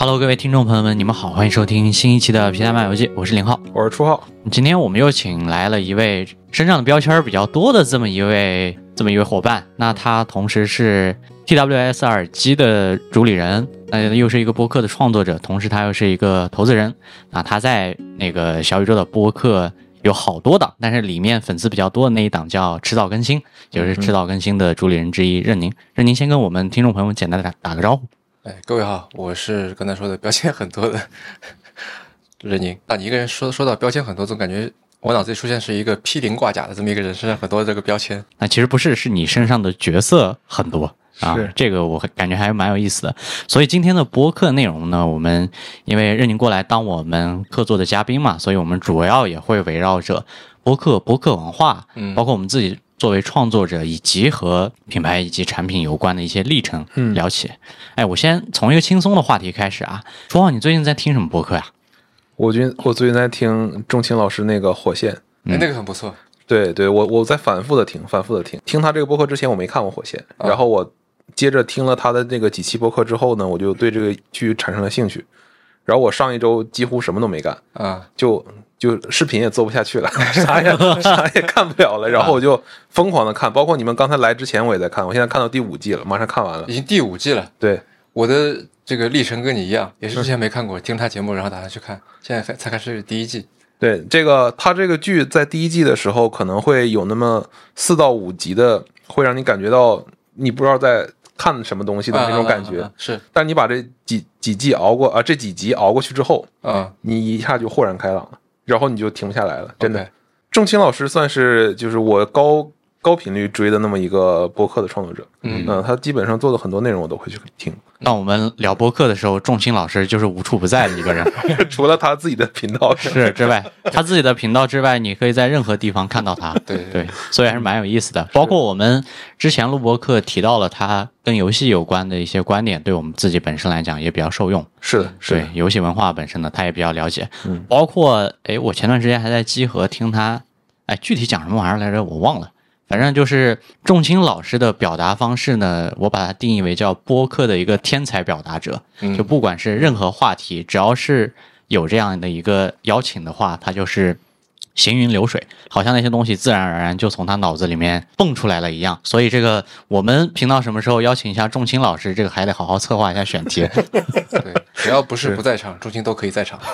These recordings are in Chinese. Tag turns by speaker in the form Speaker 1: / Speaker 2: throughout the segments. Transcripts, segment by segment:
Speaker 1: Hello， 各位听众朋友们，你们好，欢迎收听新一期的《皮蛋漫游记》，我是0号，
Speaker 2: 我是初号。
Speaker 1: 今天我们又请来了一位身上的标签比较多的这么一位伙伴，那他同时是 TWS 耳机的主理人，又是一个播客的创作者，同时他又是一个投资人。那他在那个小宇宙的播客有好多档，但是里面粉丝比较多的那一档叫迟早更新，就是迟早更新的主理人之一任宁。任宁先跟我们听众朋友们简单的打个招呼。
Speaker 2: 各位好，我是刚才说的标签很多的任宁。你一个人说到标签很多，总感觉我脑子里出现是一个披鳞挂甲的这么一个人，身上很多这个标签。
Speaker 1: 那其实不是，是你身上的角色很多啊，这个我感觉还蛮有意思的。所以今天的播客内容呢，我们因为任宁过来当我们客座的嘉宾嘛，所以我们主要也会围绕着播客文化，包括我们自己作为创作者以及和品牌以及产品有关的一些历程聊起。我先从一个轻松的话题开始啊。初号，你最近在听什么播客呀？
Speaker 3: 我最近在听仲青老师那个火线，
Speaker 2: 那个很不错。
Speaker 3: 对，我在反复的听他这个播客之前我没看过火线，然后我接着听了他的那个几期播客之后呢，我就对这个剧产生了兴趣。然后我上一周几乎什么都没干啊，就视频也做不下去了，啥也看不了了，然后我就疯狂的看，包括你们刚才来之前我也在看，我现在看到第5季了，马上看完了，
Speaker 2: 已经第5季了。
Speaker 3: 对，
Speaker 2: 我的这个历程跟你一样，也是之前没看过，听他节目然后打算去看，现在才开始第1季。
Speaker 3: 对，他这个剧在第1季的时候可能会有那么4到5集的，会让你感觉到你不知道在看什么东西的那种感觉，
Speaker 2: 是。
Speaker 3: 但你把这几季熬过啊，这几集熬过去之后，你一下就豁然开朗了，然后你就停不下来了，真的。仲青老师算是就是我高频率追的那么一个播客的创作者，他基本上做的很多内容我都会去听。
Speaker 1: 那我们聊播客的时候，仲青老师就是无处不在的一个人，
Speaker 3: 除了他自己的频道
Speaker 1: 之外，他自己的频道之外，你可以在任何地方看到他。对，所以还是蛮有意思的。包括我们之前录播客提到了他跟游戏有关的一些观点，对我们自己本身来讲也比较受用。
Speaker 3: 是的，
Speaker 1: 对游戏文化本身呢，他也比较了解。包括我前段时间还在集合听他，具体讲什么玩意儿来着，我忘了。反正就是仲青老师的表达方式呢，我把它定义为叫播客的一个天才表达者。就不管是任何话题，只要是有这样的一个邀请的话，他就是行云流水，好像那些东西自然而然就从他脑子里面蹦出来了一样。所以这个我们频道什么时候邀请一下仲青老师，这个还得好好策划一下选题。
Speaker 2: 对，只要不是不在场，仲青都可以在场。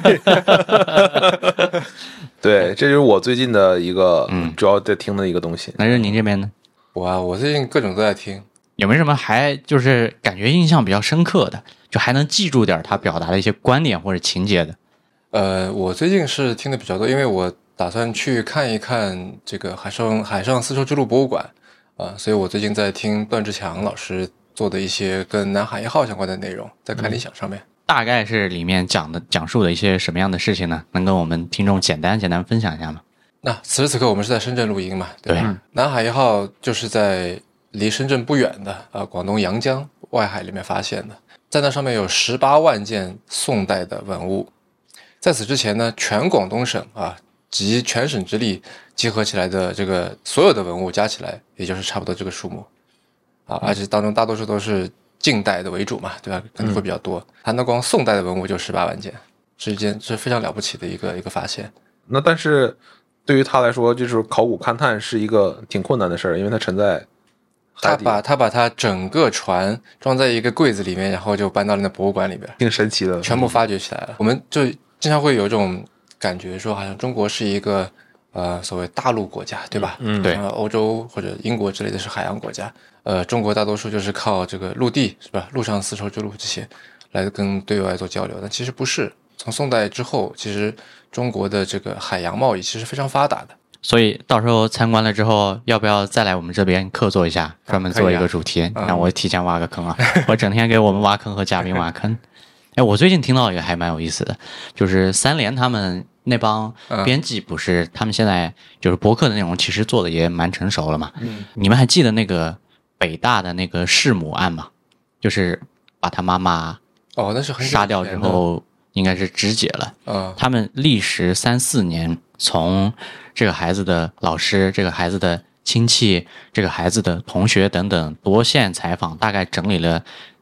Speaker 3: 对，这就是我最近的一个主要在听的一个东西。
Speaker 1: 那任宁这边呢？
Speaker 2: 我最近各种都在听。
Speaker 1: 有没有什么还就是感觉印象比较深刻的，就还能记住点他表达的一些观点或者情节的？
Speaker 2: 我最近是听的比较多，因为我打算去看一看这个海上丝绸之路博物馆所以我最近在听段志强老师做的一些跟南海1号相关的内容，在看理想上面。
Speaker 1: 大概是里面讲述的一些什么样的事情呢？能跟我们听众简单分享一下吗？
Speaker 2: 那此时此刻我们是在深圳录音嘛？对。南海1号就是在离深圳不远的广东阳江外海里面发现的，在那上面有18万件宋代的文物。在此之前呢，全广东省集全省之力集合起来的这个所有的文物加起来，也就是差不多这个数目而且当中大多数都是近代的为主嘛，对吧？可能会比较多。它那光宋代的文物就18万件，是一件非常了不起的一个发现。
Speaker 3: 那但是对于他来说，就是考古勘探是一个挺困难的事儿，因为它沉在海底。
Speaker 2: 他把它整个船装在一个柜子里面，然后就搬到了那博物馆里边，
Speaker 3: 挺神奇的，
Speaker 2: 全部发掘起来了。我们就经常会有一种感觉，说好像中国是一个所谓大陆国家，对吧？
Speaker 1: 对。
Speaker 2: 欧洲或者英国之类的是海洋国家。中国大多数就是靠这个陆地，是吧？陆上丝绸之路这些来跟对外做交流，但其实不是。从宋代之后，其实中国的这个海洋贸易其实非常发达的。
Speaker 1: 所以到时候参观了之后，要不要再来我们这边客座一下，专门做一个主题？让我提前挖个坑我整天给我们挖坑和嘉宾挖坑。我最近听到一个还蛮有意思的，就是三联他们那帮编辑，不是他们现在就是播客的内容其实做的也蛮成熟了嘛。你们还记得那个北大的那个弑母案吗？就是把他妈妈
Speaker 2: 那是很
Speaker 1: 杀掉之后应该是肢解了。他们历时3、4年，从这个孩子的老师、这个孩子的亲戚、这个孩子的同学等等多线采访，大概整理了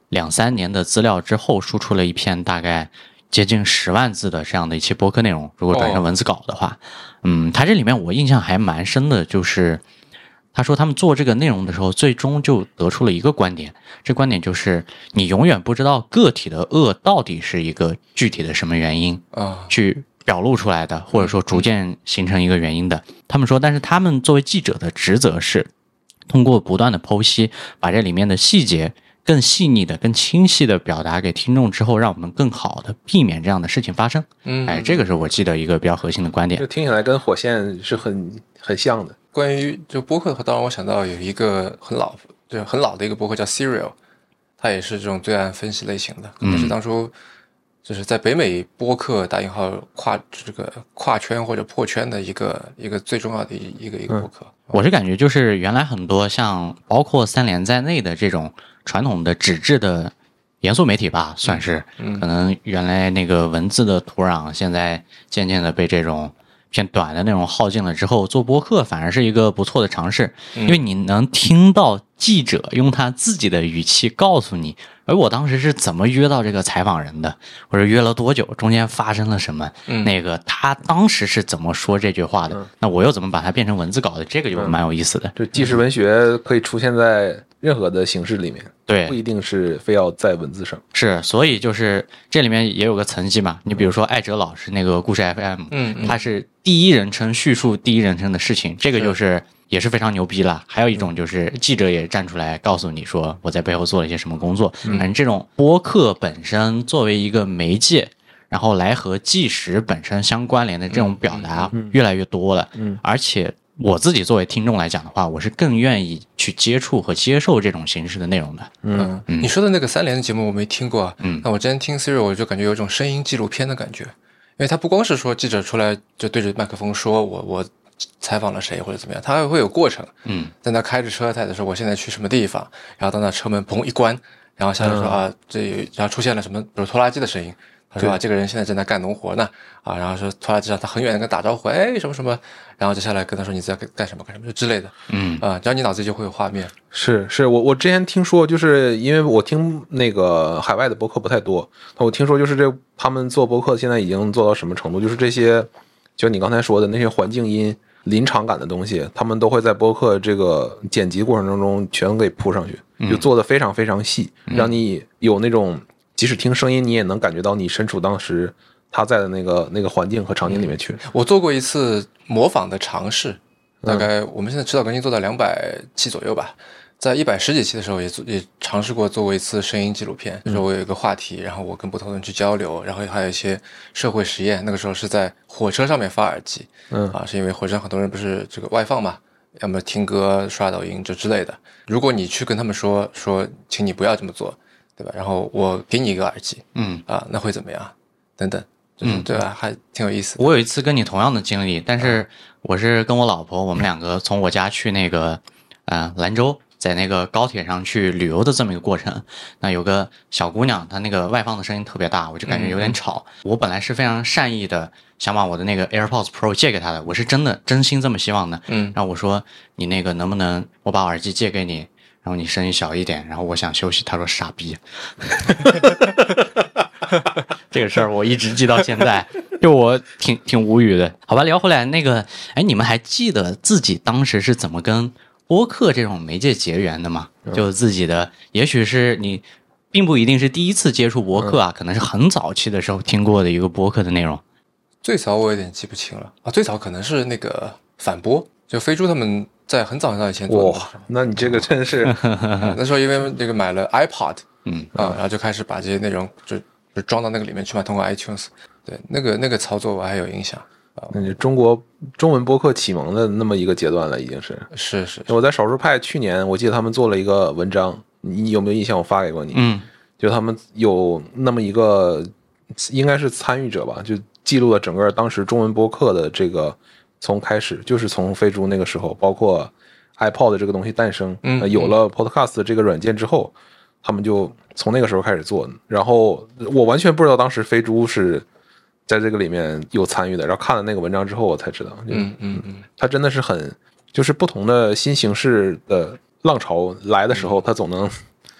Speaker 1: 2-3年的资料之后，输出了一篇大概接近10万字的这样的一期播客内容。如果转成文字稿的话，他这里面我印象还蛮深的，就是他说他们做这个内容的时候，最终就得出了一个观点，这观点就是你永远不知道个体的恶到底是一个具体的什么原因去表露出来的，或者说逐渐形成一个原因的。他们说，但是他们作为记者的职责是通过不断的剖析，把这里面的细节更细腻的、更清晰的表达给听众之后，让我们更好的避免这样的事情发生。这个是我记得一个比较核心的观点。
Speaker 3: 就听起来跟火线是很像的。
Speaker 2: 关于这个播客的话，当然我想到有一个很老的一个播客叫 Serial， 它也是这种罪案分析类型的，但是当初就是在北美播客打引号跨圈或者破圈的一个最重要的一个播客。
Speaker 1: 我是感觉就是原来很多像包括3联在内的这种传统的纸质的严肃媒体吧，算是可能原来那个文字的土壤现在渐渐的被这种偏短的内容耗尽了之后，做播客反而是一个不错的尝试，因为你能听到记者用他自己的语气告诉你，而我当时是怎么约到这个采访人的，或者约了多久，中间发生了什么，那个他当时是怎么说这句话的，那我又怎么把它变成文字稿的，这个就蛮有意思的。
Speaker 3: 就纪实文学可以出现在任何的形式里面，
Speaker 1: 对，
Speaker 3: 不一定是非要在文字上。
Speaker 1: 是，所以就是这里面也有个层级嘛。你比如说艾哲老师那个故事 FM，他是第一人称叙述第一人称的事情，这个就是也是非常牛逼了。还有一种就是记者也站出来告诉你说我在背后做了一些什么工作。反正这种播客本身作为一个媒介，然后来和纪实本身相关联的这种表达越来越多了。而且我自己作为听众来讲的话，我是更愿意去接触和接受这种形式的内容的。
Speaker 2: 你说的那个3联的节目我没听过，那我之前听 Siri 我就感觉有一种声音纪录片的感觉，因为他不光是说记者出来就对着麦克风说我采访了谁或者怎么样，他还会有过程。在那开着车在说我现在去什么地方，然后到那车门砰一关，然后下来说然后出现了什么，比如拖拉机的声音。他说这个人现在正在干农活呢，然后说拖拉机上他很远的跟打招呼，什么什么，然后接下来跟他说你在干什么就之类的，然后你脑子里就会有画面。
Speaker 3: 是我之前听说，就是因为我听那个海外的播客不太多，我听说就是他们做播客现在已经做到什么程度，就是这些就你刚才说的那些环境音、临场感的东西，他们都会在播客这个剪辑过程当中全给铺上去，就做得非常非常细，让你有那种。即使听声音，你也能感觉到你身处当时他在的那个环境和场景里面去。
Speaker 2: 我做过一次模仿的尝试，大概我们现在指导更新做到200期左右吧。在110几期的时候也尝试过做过一次声音纪录片，就是我有一个话题，然后我跟不同的人去交流，然后还有一些社会实验。那个时候是在火车上面发耳机，是因为火车上很多人不是这个外放嘛，要么听歌、刷抖音这之类的。如果你去跟他们说，请你不要这么做。对吧？然后我给你一个耳机，那会怎么样？等等，对吧？还挺有意思的。
Speaker 1: 我有一次跟你同样的经历，但是我是跟我老婆，我们2个从我家去那个兰州，在那个高铁上去旅游的这么一个过程。那有个小姑娘，她那个外放的声音特别大，我就感觉有点吵。我本来是非常善意的想把我的那个 AirPods Pro 借给她的，我是真心这么希望的。然后我说你那个能不能我把耳机借给你？然后你声音小一点，然后我想休息。他说傻逼，这个事儿我一直记到现在，就我挺无语的。好吧，聊回来那个，你们还记得自己当时是怎么跟播客这种媒介结缘的吗？就自己的，也许是你并不一定是第一次接触播客啊，可能是很早期的时候听过的一个播客的内容。
Speaker 2: 最早我有点记不清了最早可能是那个反播，就飞猪他们。在很早以前做的，
Speaker 3: 那你这个真是
Speaker 2: 那时候因为这个买了 iPod，然后就开始把这些内容就装到那个里面去嘛，通过 iTunes， 对，那个操作我还有印象
Speaker 3: 那就中文播客启蒙的那么一个阶段了，已经是。
Speaker 2: 是。
Speaker 3: 我在少数派去年，我记得他们做了一个文章，你有没有印象？我发给过你。就他们有那么一个，应该是参与者吧，就记录了整个当时中文播客的这个。从开始就是从飞猪那个时候，包括 iPod 这个东西诞生，有了 Podcast 这个软件之后，他们就从那个时候开始做。然后我完全不知道当时飞猪是在这个里面有参与的，然后看了那个文章之后我才知道，他真的是就是不同的新形式的浪潮来的时候，他总能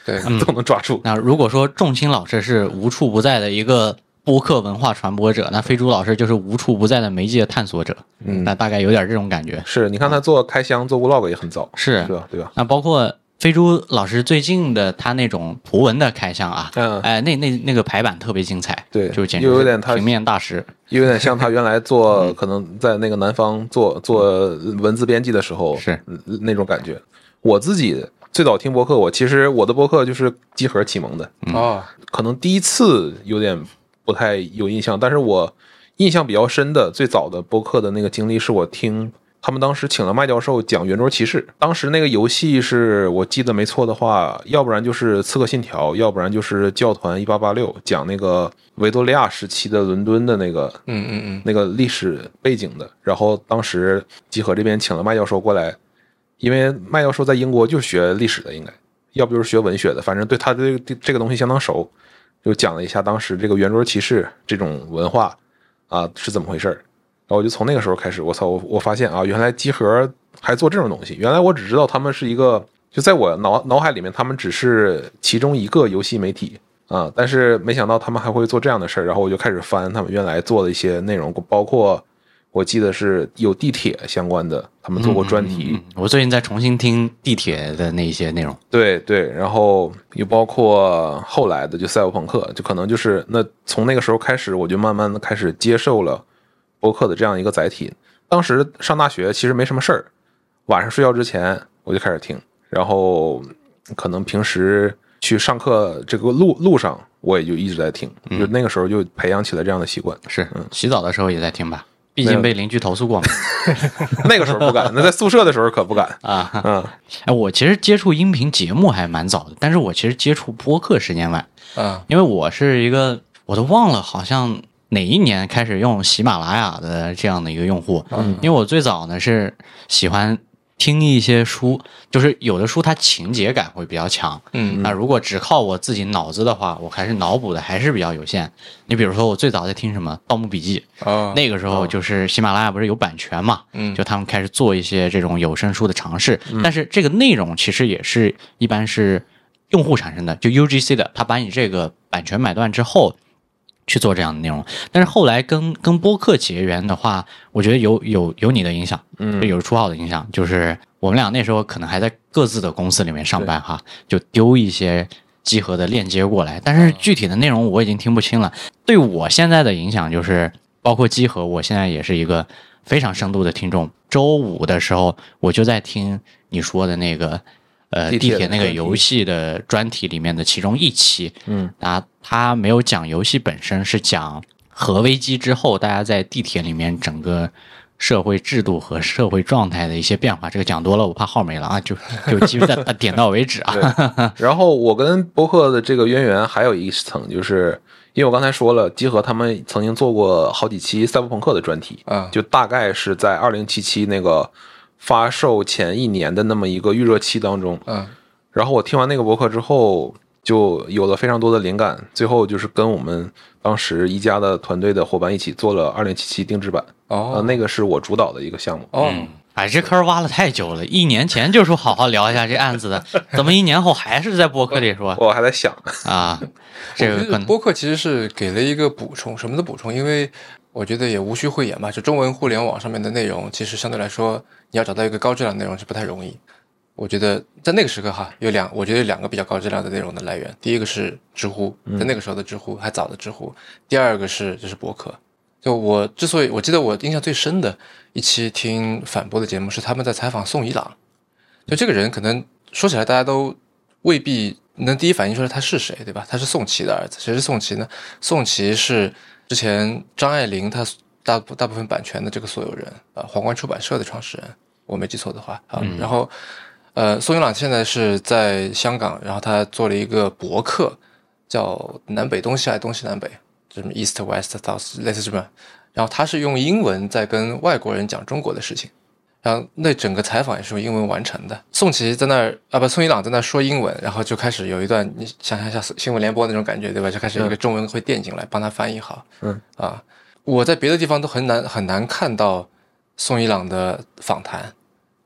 Speaker 2: 对，
Speaker 3: 都能抓住。
Speaker 1: 那如果说仲卿老师是无处不在的一个播客文化传播者，那飞猪老师就是无处不在的媒介探索者。那大概有点这种感觉。
Speaker 3: 是，你看他做开箱做 vlog 也很早，
Speaker 1: 是
Speaker 3: 吧？对吧？
Speaker 1: 那包括飞猪老师最近的他那种图文的开箱啊，那个排版特别精彩，
Speaker 3: 对，
Speaker 1: 就简直
Speaker 3: 有点他
Speaker 1: 平面大师，
Speaker 3: 有点像他原来做可能在那个南方做文字编辑的时候
Speaker 1: 是
Speaker 3: 那种感觉。我自己最早听播客，其实我的播客就是机核启蒙的可能第一次有点不太有印象，但是我印象比较深的最早的播客的那个经历是我听他们当时请了麦教授讲圆桌骑士，当时那个游戏是我记得没错的话，要不然就是刺客信条，要不然就是教团1886，讲那个维多利亚时期的伦敦的那个那个历史背景的。然后当时集合这边请了麦教授过来，因为麦教授在英国就学历史的，应该要不就是学文学的，反正对他对这个东西相当熟，就讲了一下当时这个圆桌骑士这种文化是怎么回事。然后我就从那个时候开始，我发现原来机核还做这种东西。原来我只知道他们是一个，就在我脑海里面，他们只是其中一个游戏媒体但是没想到他们还会做这样的事儿。然后我就开始翻他们原来做的一些内容，包括我记得是有地铁相关的，他们做过专题。
Speaker 1: 我最近在重新听地铁的那一些内容。
Speaker 3: 对，然后又包括后来的就赛博朋克，就可能就是那从那个时候开始，我就慢慢的开始接受了播客的这样一个载体。当时上大学其实没什么事儿，晚上睡觉之前我就开始听，然后可能平时去上课这个路上我也就一直在听，就那个时候就培养起了这样的习惯。
Speaker 1: 是，洗澡的时候也在听吧？毕竟被邻居投诉过嘛。
Speaker 3: 那个时候不敢，那在宿舍的时候可不敢
Speaker 1: 我其实接触音频节目还蛮早的，但是我其实接触播客时间晚因为我是一个我都忘了好像哪一年开始用喜马拉雅的这样的一个用户。因为我最早呢是喜欢听一些书，就是有的书它情节感会比较强，那如果只靠我自己脑子的话，我还是脑补的还是比较有限。你比如说我最早在听什么《盗墓笔记》那个时候就是喜马拉雅不是有版权嘛，就他们开始做一些这种有声书的尝试，但是这个内容其实也是一般是用户产生的，就 UGC 的，他把你这个版权买断之后去做这样的内容。但是后来跟播客结缘的话，我觉得有你的影响，有初号的影响，就是我们俩那时候可能还在各自的公司里面上班哈，就丢一些集合的链接过来，但是具体的内容我已经听不清了。对我现在的影响就是，包括集合，我现在也是一个非常深度的听众。周五的时候我就在听你说的那个地铁那个游戏的专题里面的其中一期，他没有讲游戏本身，是讲核危机之后大家在地铁里面整个社会制度和社会状态的一些变化。这个讲多了我怕号没了啊，就基本点到为止啊。
Speaker 3: 然后我跟播客的这个渊源还有一层，就是因为我刚才说了，集合他们曾经做过好几期赛博朋克的专题就大概是在2077那个发售前1年的那么一个预热期当中然后我听完那个播客之后就有了非常多的灵感，最后就是跟我们当时一家的团队的伙伴一起做了2077定制版那个是我主导的一个项目
Speaker 1: 这坑挖了太久了，1年前就说好好聊一下这案子的，怎么1年后还是在播客里说？
Speaker 3: 我还在想
Speaker 1: 这个
Speaker 2: 播客其实是给了一个补充，什么的补充？因为我觉得也无需讳言吧，就中文互联网上面的内容，其实相对来说，你要找到一个高质量的内容是不太容易。我觉得在那个时刻我觉得有2个比较高质量的内容的来源，第一个是知乎，在那个时候的知乎，还早的知乎；第二个就是播客。就我记得我印象最深的一期听反播的节目是他们在采访宋一郎，就这个人可能说起来大家都未必能第一反应出来他是谁，对吧？他是宋琦的儿子。谁是宋琦呢？宋琦是之前张爱玲他大部分版权的这个所有人皇冠出版社的创始人，我没记错的话然后宋一郎现在是在香港，然后他做了一个博客叫南北东西还东西南北，什么 East West South 类似这么，然后他是用英文在跟外国人讲中国的事情，然后那整个采访也是用英文完成的。宋琦在那儿宋一朗在那儿说英文，然后就开始有一段你想象一下新闻联播那种感觉，对吧？就开始一个中文会垫进来帮他翻译好。我在别的地方都很难看到宋一朗的访谈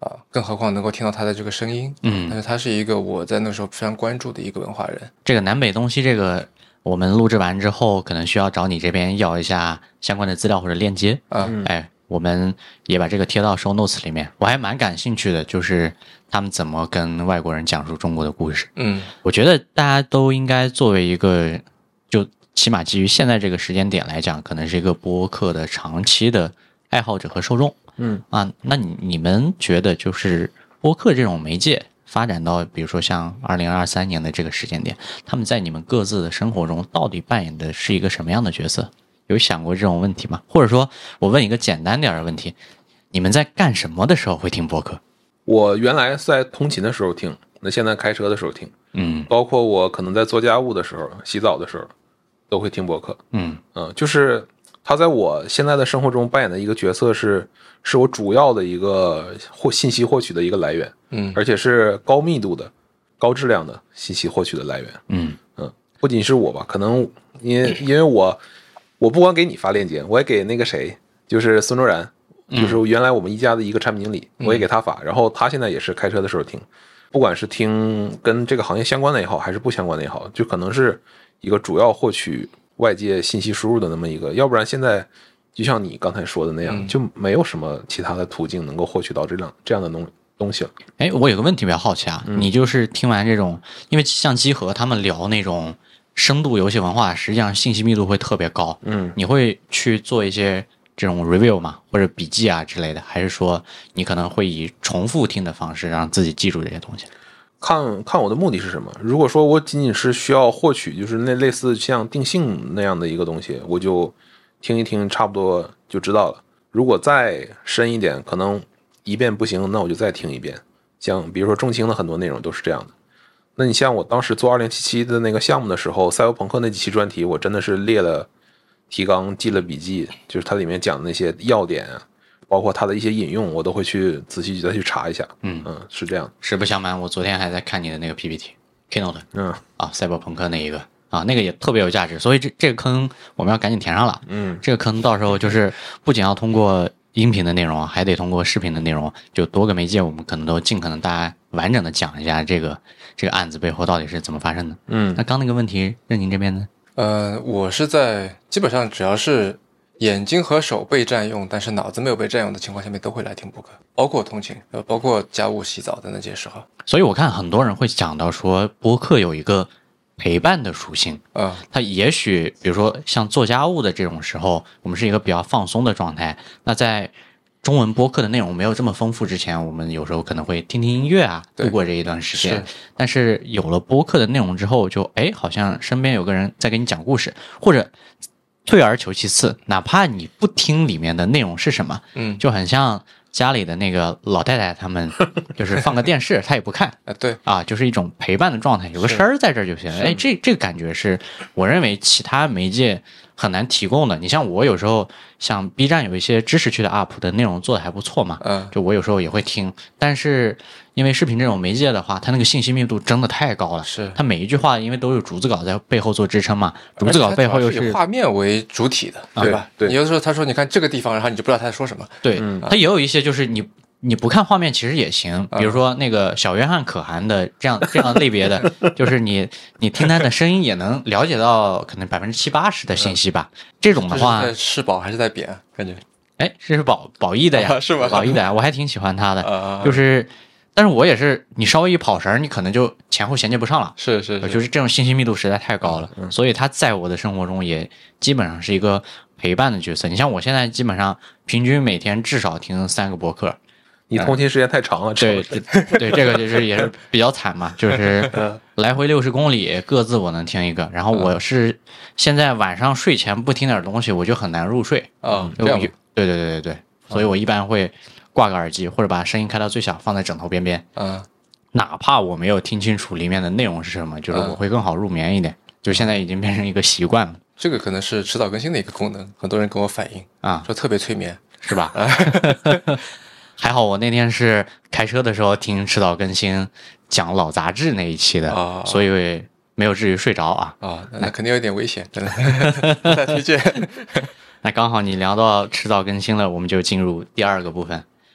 Speaker 2: 更何况能够听到他的这个声音。但是他是一个我在那时候非常关注的一个文化人。
Speaker 1: 这个南北东西这个我们录制完之后可能需要找你这边要一下相关的资料或者链接。我们也把这个贴到 show notes 里面。我还蛮感兴趣的，就是他们怎么跟外国人讲述中国的故事。我觉得大家都应该作为一个，就起码基于现在这个时间点来讲，可能是一个播客的长期的爱好者和受众。那你们觉得就是播客这种媒介发展到比如说像2023年的这个时间点，他们在你们各自的生活中到底扮演的是一个什么样的角色？有想过这种问题吗？或者说我问一个简单点的问题，你们在干什么的时候会听播客？
Speaker 3: 我原来在通勤的时候听，那现在开车的时候听，包括我可能在做家务的时候、洗澡的时候都会听播客。就是他在我现在的生活中扮演的一个角色是我主要的一个信息获取的一个来源。而且是高密度的、高质量的信息获取的来源。不仅是我吧，可能因为我不光给你发链接，我也给那个谁，就是孙卓然，就是原来我们一家的一个产品经理，我也给他发。然后他现在也是开车的时候听，不管是听跟这个行业相关的也好，还是不相关的也好，就可能是一个主要获取外界信息输入的那么一个。要不然现在就像你刚才说的那样，就没有什么其他的途径能够获取到这样的东西了。
Speaker 1: 我有个问题比较好奇啊，你就是听完这种，因为像集合他们聊那种深度游戏文化，实际上信息密度会特别高。你会去做一些这种 review 吗？或者笔记啊之类的？还是说你可能会以重复听的方式让自己记住这些东西？
Speaker 3: 看我的目的是什么。如果说我仅仅是需要获取就是那类似像定性那样的一个东西，我就听一听，差不多就知道了。如果再深一点，可能一遍不行，那我就再听一遍。像比如说重轻的很多内容都是这样的。那你像我当时做2077的那个项目的时候，赛博朋克那几期专题，我真的是列了提纲，记了笔记，就是它里面讲的那些要点啊，包括它的一些引用，我都会去仔细再去查一下。是这样。
Speaker 1: 实不相瞒，我昨天还在看你的那个 PPT Keynote。赛博朋克那一个那个也特别有价值，所以这个坑我们要赶紧填上了。这个坑到时候就是不仅要通过音频的内容，还得通过视频的内容，就多个媒介，我们可能都尽可能大家完整的讲一下这个案子背后到底是怎么发生的。那刚那个问题，任宁这边呢？
Speaker 2: 我是在基本上只要是眼睛和手被占用，但是脑子没有被占用的情况下面，都会来听播客，包括通勤，包括家务、洗澡的那些时候。
Speaker 1: 所以我看很多人会讲到说，播客有一个陪伴的属性。它也许比如说像做家务的这种时候，我们是一个比较放松的状态。那在中文播客的内容没有这么丰富之前，我们有时候可能会听听音乐啊，度过这一段时间。但是有了播客的内容之后，就好像身边有个人在给你讲故事，或者退而求其次，哪怕你不听里面的内容是什么，就很像家里的那个老太太，他们就是放个电视，她也不看。
Speaker 2: 对
Speaker 1: 就是一种陪伴的状态，有个声儿在这儿就行。这个感觉是我认为其他媒介很难提供的。你像我有时候像 B 站有一些知识区的 UP 的内容做的还不错嘛，就我有时候也会听，但是因为视频这种媒介的话，它那个信息密度真的太高了。它每一句话因为都有逐字稿在背后做支撑嘛，逐字稿背后又是
Speaker 2: 以画面为主体的，对吧？对，有的时候他说你看这个地方，然后你就不知道他在说什么。
Speaker 1: 对，它也有一些就是你不看画面其实也行，比如说那个小约翰可汗的这样类别的，就是你听他的声音也能了解到可能70%-80%的信息吧。这种的话，
Speaker 2: 这是在吃饱还是在扁？感觉
Speaker 1: 这是宝益的呀，
Speaker 2: 是吧？
Speaker 1: 宝益的呀，我还挺喜欢他的，就是。但是我也是，你稍微一跑神，你可能就前后衔接不上了。
Speaker 2: 是，
Speaker 1: 就是这种信息密度实在太高了，所以他在我的生活中也基本上是一个陪伴的角色。你像我现在基本上平均每天至少听3个播客。
Speaker 3: 你通勤时间太长了。
Speaker 1: 对，这个就是也是比较惨嘛，就是来回60公里，各自我能听一个。然后我是现在晚上睡前不听点东西，我就很难入睡。
Speaker 2: 这样。
Speaker 1: 对，所以我一般会挂个耳机，或者把声音开到最小，放在枕头边边。哪怕我没有听清楚里面的内容是什么，就是我会更好入眠一点。就现在已经变成一个习惯了。
Speaker 2: 这个可能是迟早更新的一个功能，很多人跟我反映说特别催眠，
Speaker 1: 是吧？还好我那天是开车的时候听迟早更新讲老杂志那一期的，所以没有至于睡着啊。
Speaker 2: 那肯定有点危险，真的不太推荐。
Speaker 1: 那刚好你聊到迟早更新了，我们就进入第2个部分。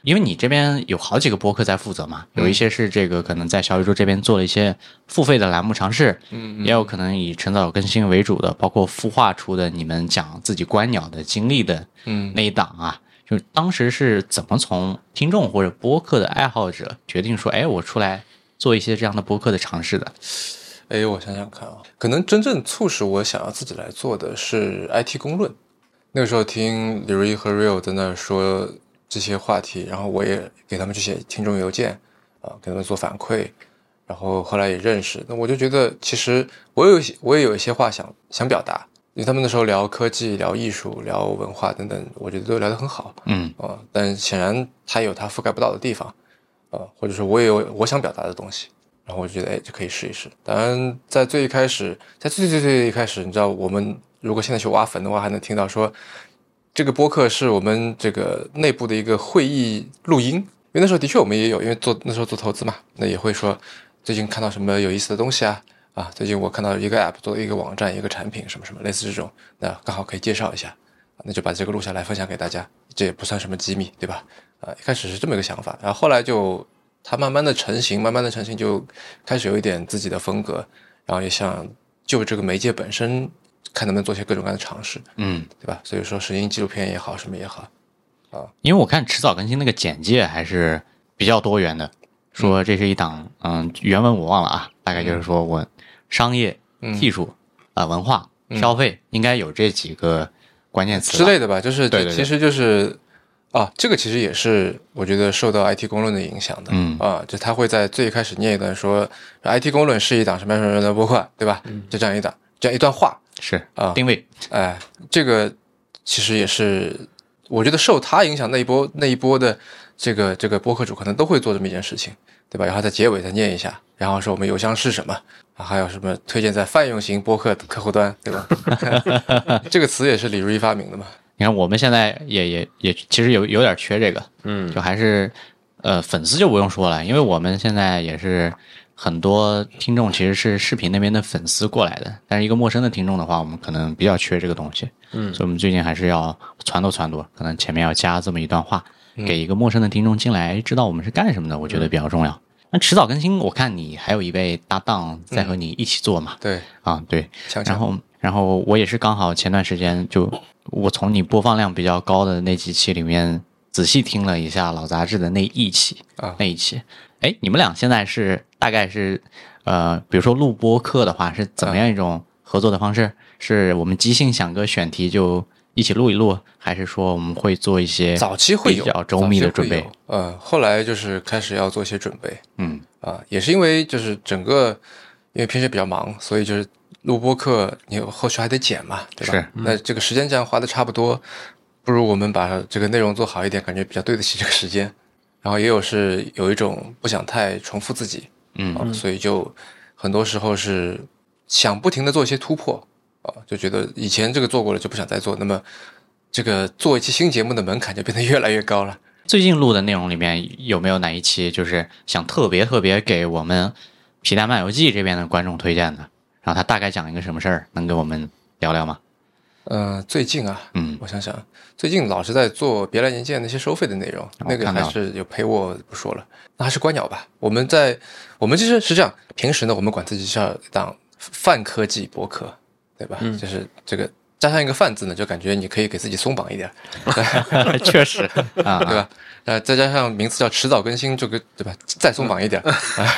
Speaker 1: 因为你这边有好几个播客在负责嘛，有一些是这个可能在小宇宙这边做了一些付费的栏目尝试，也有可能以晨早更新为主的，包括孵化出的你们讲自己观鸟的经历的那一档啊，就当时是怎么从听众或者播客的爱好者决定说，哎，我出来做一些这样的播客的尝试的？
Speaker 2: 哎，我想想看啊，可能真正促使我想要自己来做的是 IT 公论。那个时候听李瑞和 Real 在那说这些话题，然后我也给他们去写听众邮件给他们做反馈，然后后来也认识。那我就觉得其实我也有一些话想表达，因为他们那时候聊科技、聊艺术、聊文化等等，我觉得都聊得很好。但显然他有他覆盖不到的地方或者说我也有我想表达的东西。然后我就觉得，哎，就可以试一试。当然，在最一开始，在最一开始，你知道，我们如果现在去挖坟的话，还能听到说，这个播客是我们这个内部的一个会议录音。因为那时候的确我们也有，因为那时候做投资嘛，那也会说最近看到什么有意思的东西啊，最近我看到一个 app 做一个网站、一个产品什么什么类似这种，那刚好可以介绍一下，那就把这个录下来分享给大家，这也不算什么机密，对吧？一开始是这么一个想法，然后后来就。它慢慢的成型就开始有一点自己的风格，然后也想就这个媒介本身看能不能做些各种各样的尝试，对吧？所以说声音纪录片也好，什么也好
Speaker 1: 因为我看迟早更新那个简介还是比较多元的，说这是一档原文我忘了啊，大概就是说我商业、技术文化、消费应该有这几个关键词
Speaker 2: 之类的吧，就是
Speaker 1: 对
Speaker 2: 其实就是这个其实也是我觉得受到 IT 公论的影响的，就他会在最开始念一段说 IT 公论是一档什么什么的播客，对吧？就这样一段话
Speaker 1: 是定位，
Speaker 2: 这个其实也是我觉得受他影响那一波的这个播客主可能都会做这么一件事情，对吧？然后在结尾再念一下，然后说我们邮箱是什么还有什么推荐在泛用型播客客户端，对吧？这个词也是李如一发明的嘛。
Speaker 1: 你看我们现在也其实有点缺这个，就还是粉丝就不用说了，因为我们现在也是很多听众其实是视频那边的粉丝过来的，但是一个陌生的听众的话，我们可能比较缺这个东西，所以我们最近还是要撺掇，可能前面要加这么一段话，给一个陌生的听众进来知道我们是干什么的，我觉得比较重要。那迟早更新，我看你还有一位搭档在和你一起做嘛？
Speaker 2: 对
Speaker 1: 对，然后我也是刚好前段时间就我从你播放量比较高的那几期里面仔细听了一下老杂志的那一期，哎，你们俩现在是大概是比如说录播课的话是怎么样一种合作的方式？是我们即兴想个选题就一起录一录，还是说我们会做一些
Speaker 2: 早期会有
Speaker 1: 比较周密的准备？
Speaker 2: 后来就是开始要做一些准备，也是因为就是整个因为平时比较忙，所以就是录播课你后续还得剪嘛，对吧？
Speaker 1: 是，
Speaker 2: 那这个时间这样花的差不多，不如我们把这个内容做好一点，感觉比较对得起这个时间。然后也有一种不想太重复自己，所以就很多时候是想不停的做一些突破，就觉得以前这个做过了就不想再做，那么这个做一期新节目的门槛就变得越来越高了。
Speaker 1: 最近录的内容里面有没有哪一期就是想特别给我们皮蛋漫游记这边的观众推荐的？然后他大概讲一个什么事儿，能跟我们聊聊吗？
Speaker 2: 最近我想想，最近老是在做别来年见那些收费的内容，那个还是有陪我不说了，那还是观鸟吧。我们其实是这样，平时呢我们管自己叫当泛科技播客，对吧？就是这个加上一个泛字呢，就感觉你可以给自己松绑一点，
Speaker 1: 确实
Speaker 2: 对吧？再加上名字叫迟早更新，对吧？再松绑一点。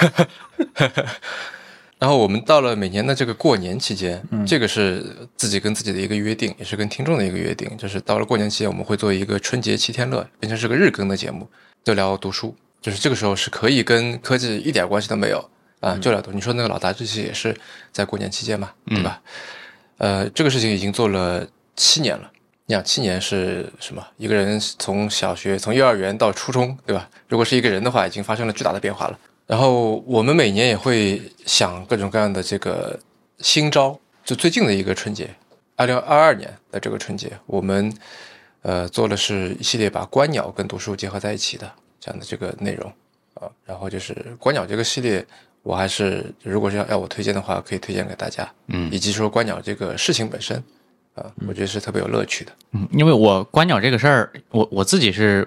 Speaker 2: 然后我们到了每年的这个过年期间，这个是自己跟自己的一个约定，也是跟听众的一个约定，就是到了过年期间我们会做一个春节7天乐，变成是个日更的节目，就聊读书，就是这个时候是可以跟科技一点关系都没有就聊读。你说那个老大这期也是在过年期间嘛，对吧？这个事情已经做了7年了。你想7年是什么？一个人从小学从幼儿园到初中，对吧？如果是一个人的话，已经发生了巨大的变化了。然后我们每年也会想各种各样的这个新招，就最近的一个春节，2022年的这个春节，我们做的是一系列把观鸟跟读书结合在一起的这样的这个内容然后就是观鸟这个系列，我还是如果是要我推荐的话，可以推荐给大家，以及说观鸟这个事情本身我觉得是特别有乐趣的。
Speaker 1: 因为我观鸟这个事儿，我自己是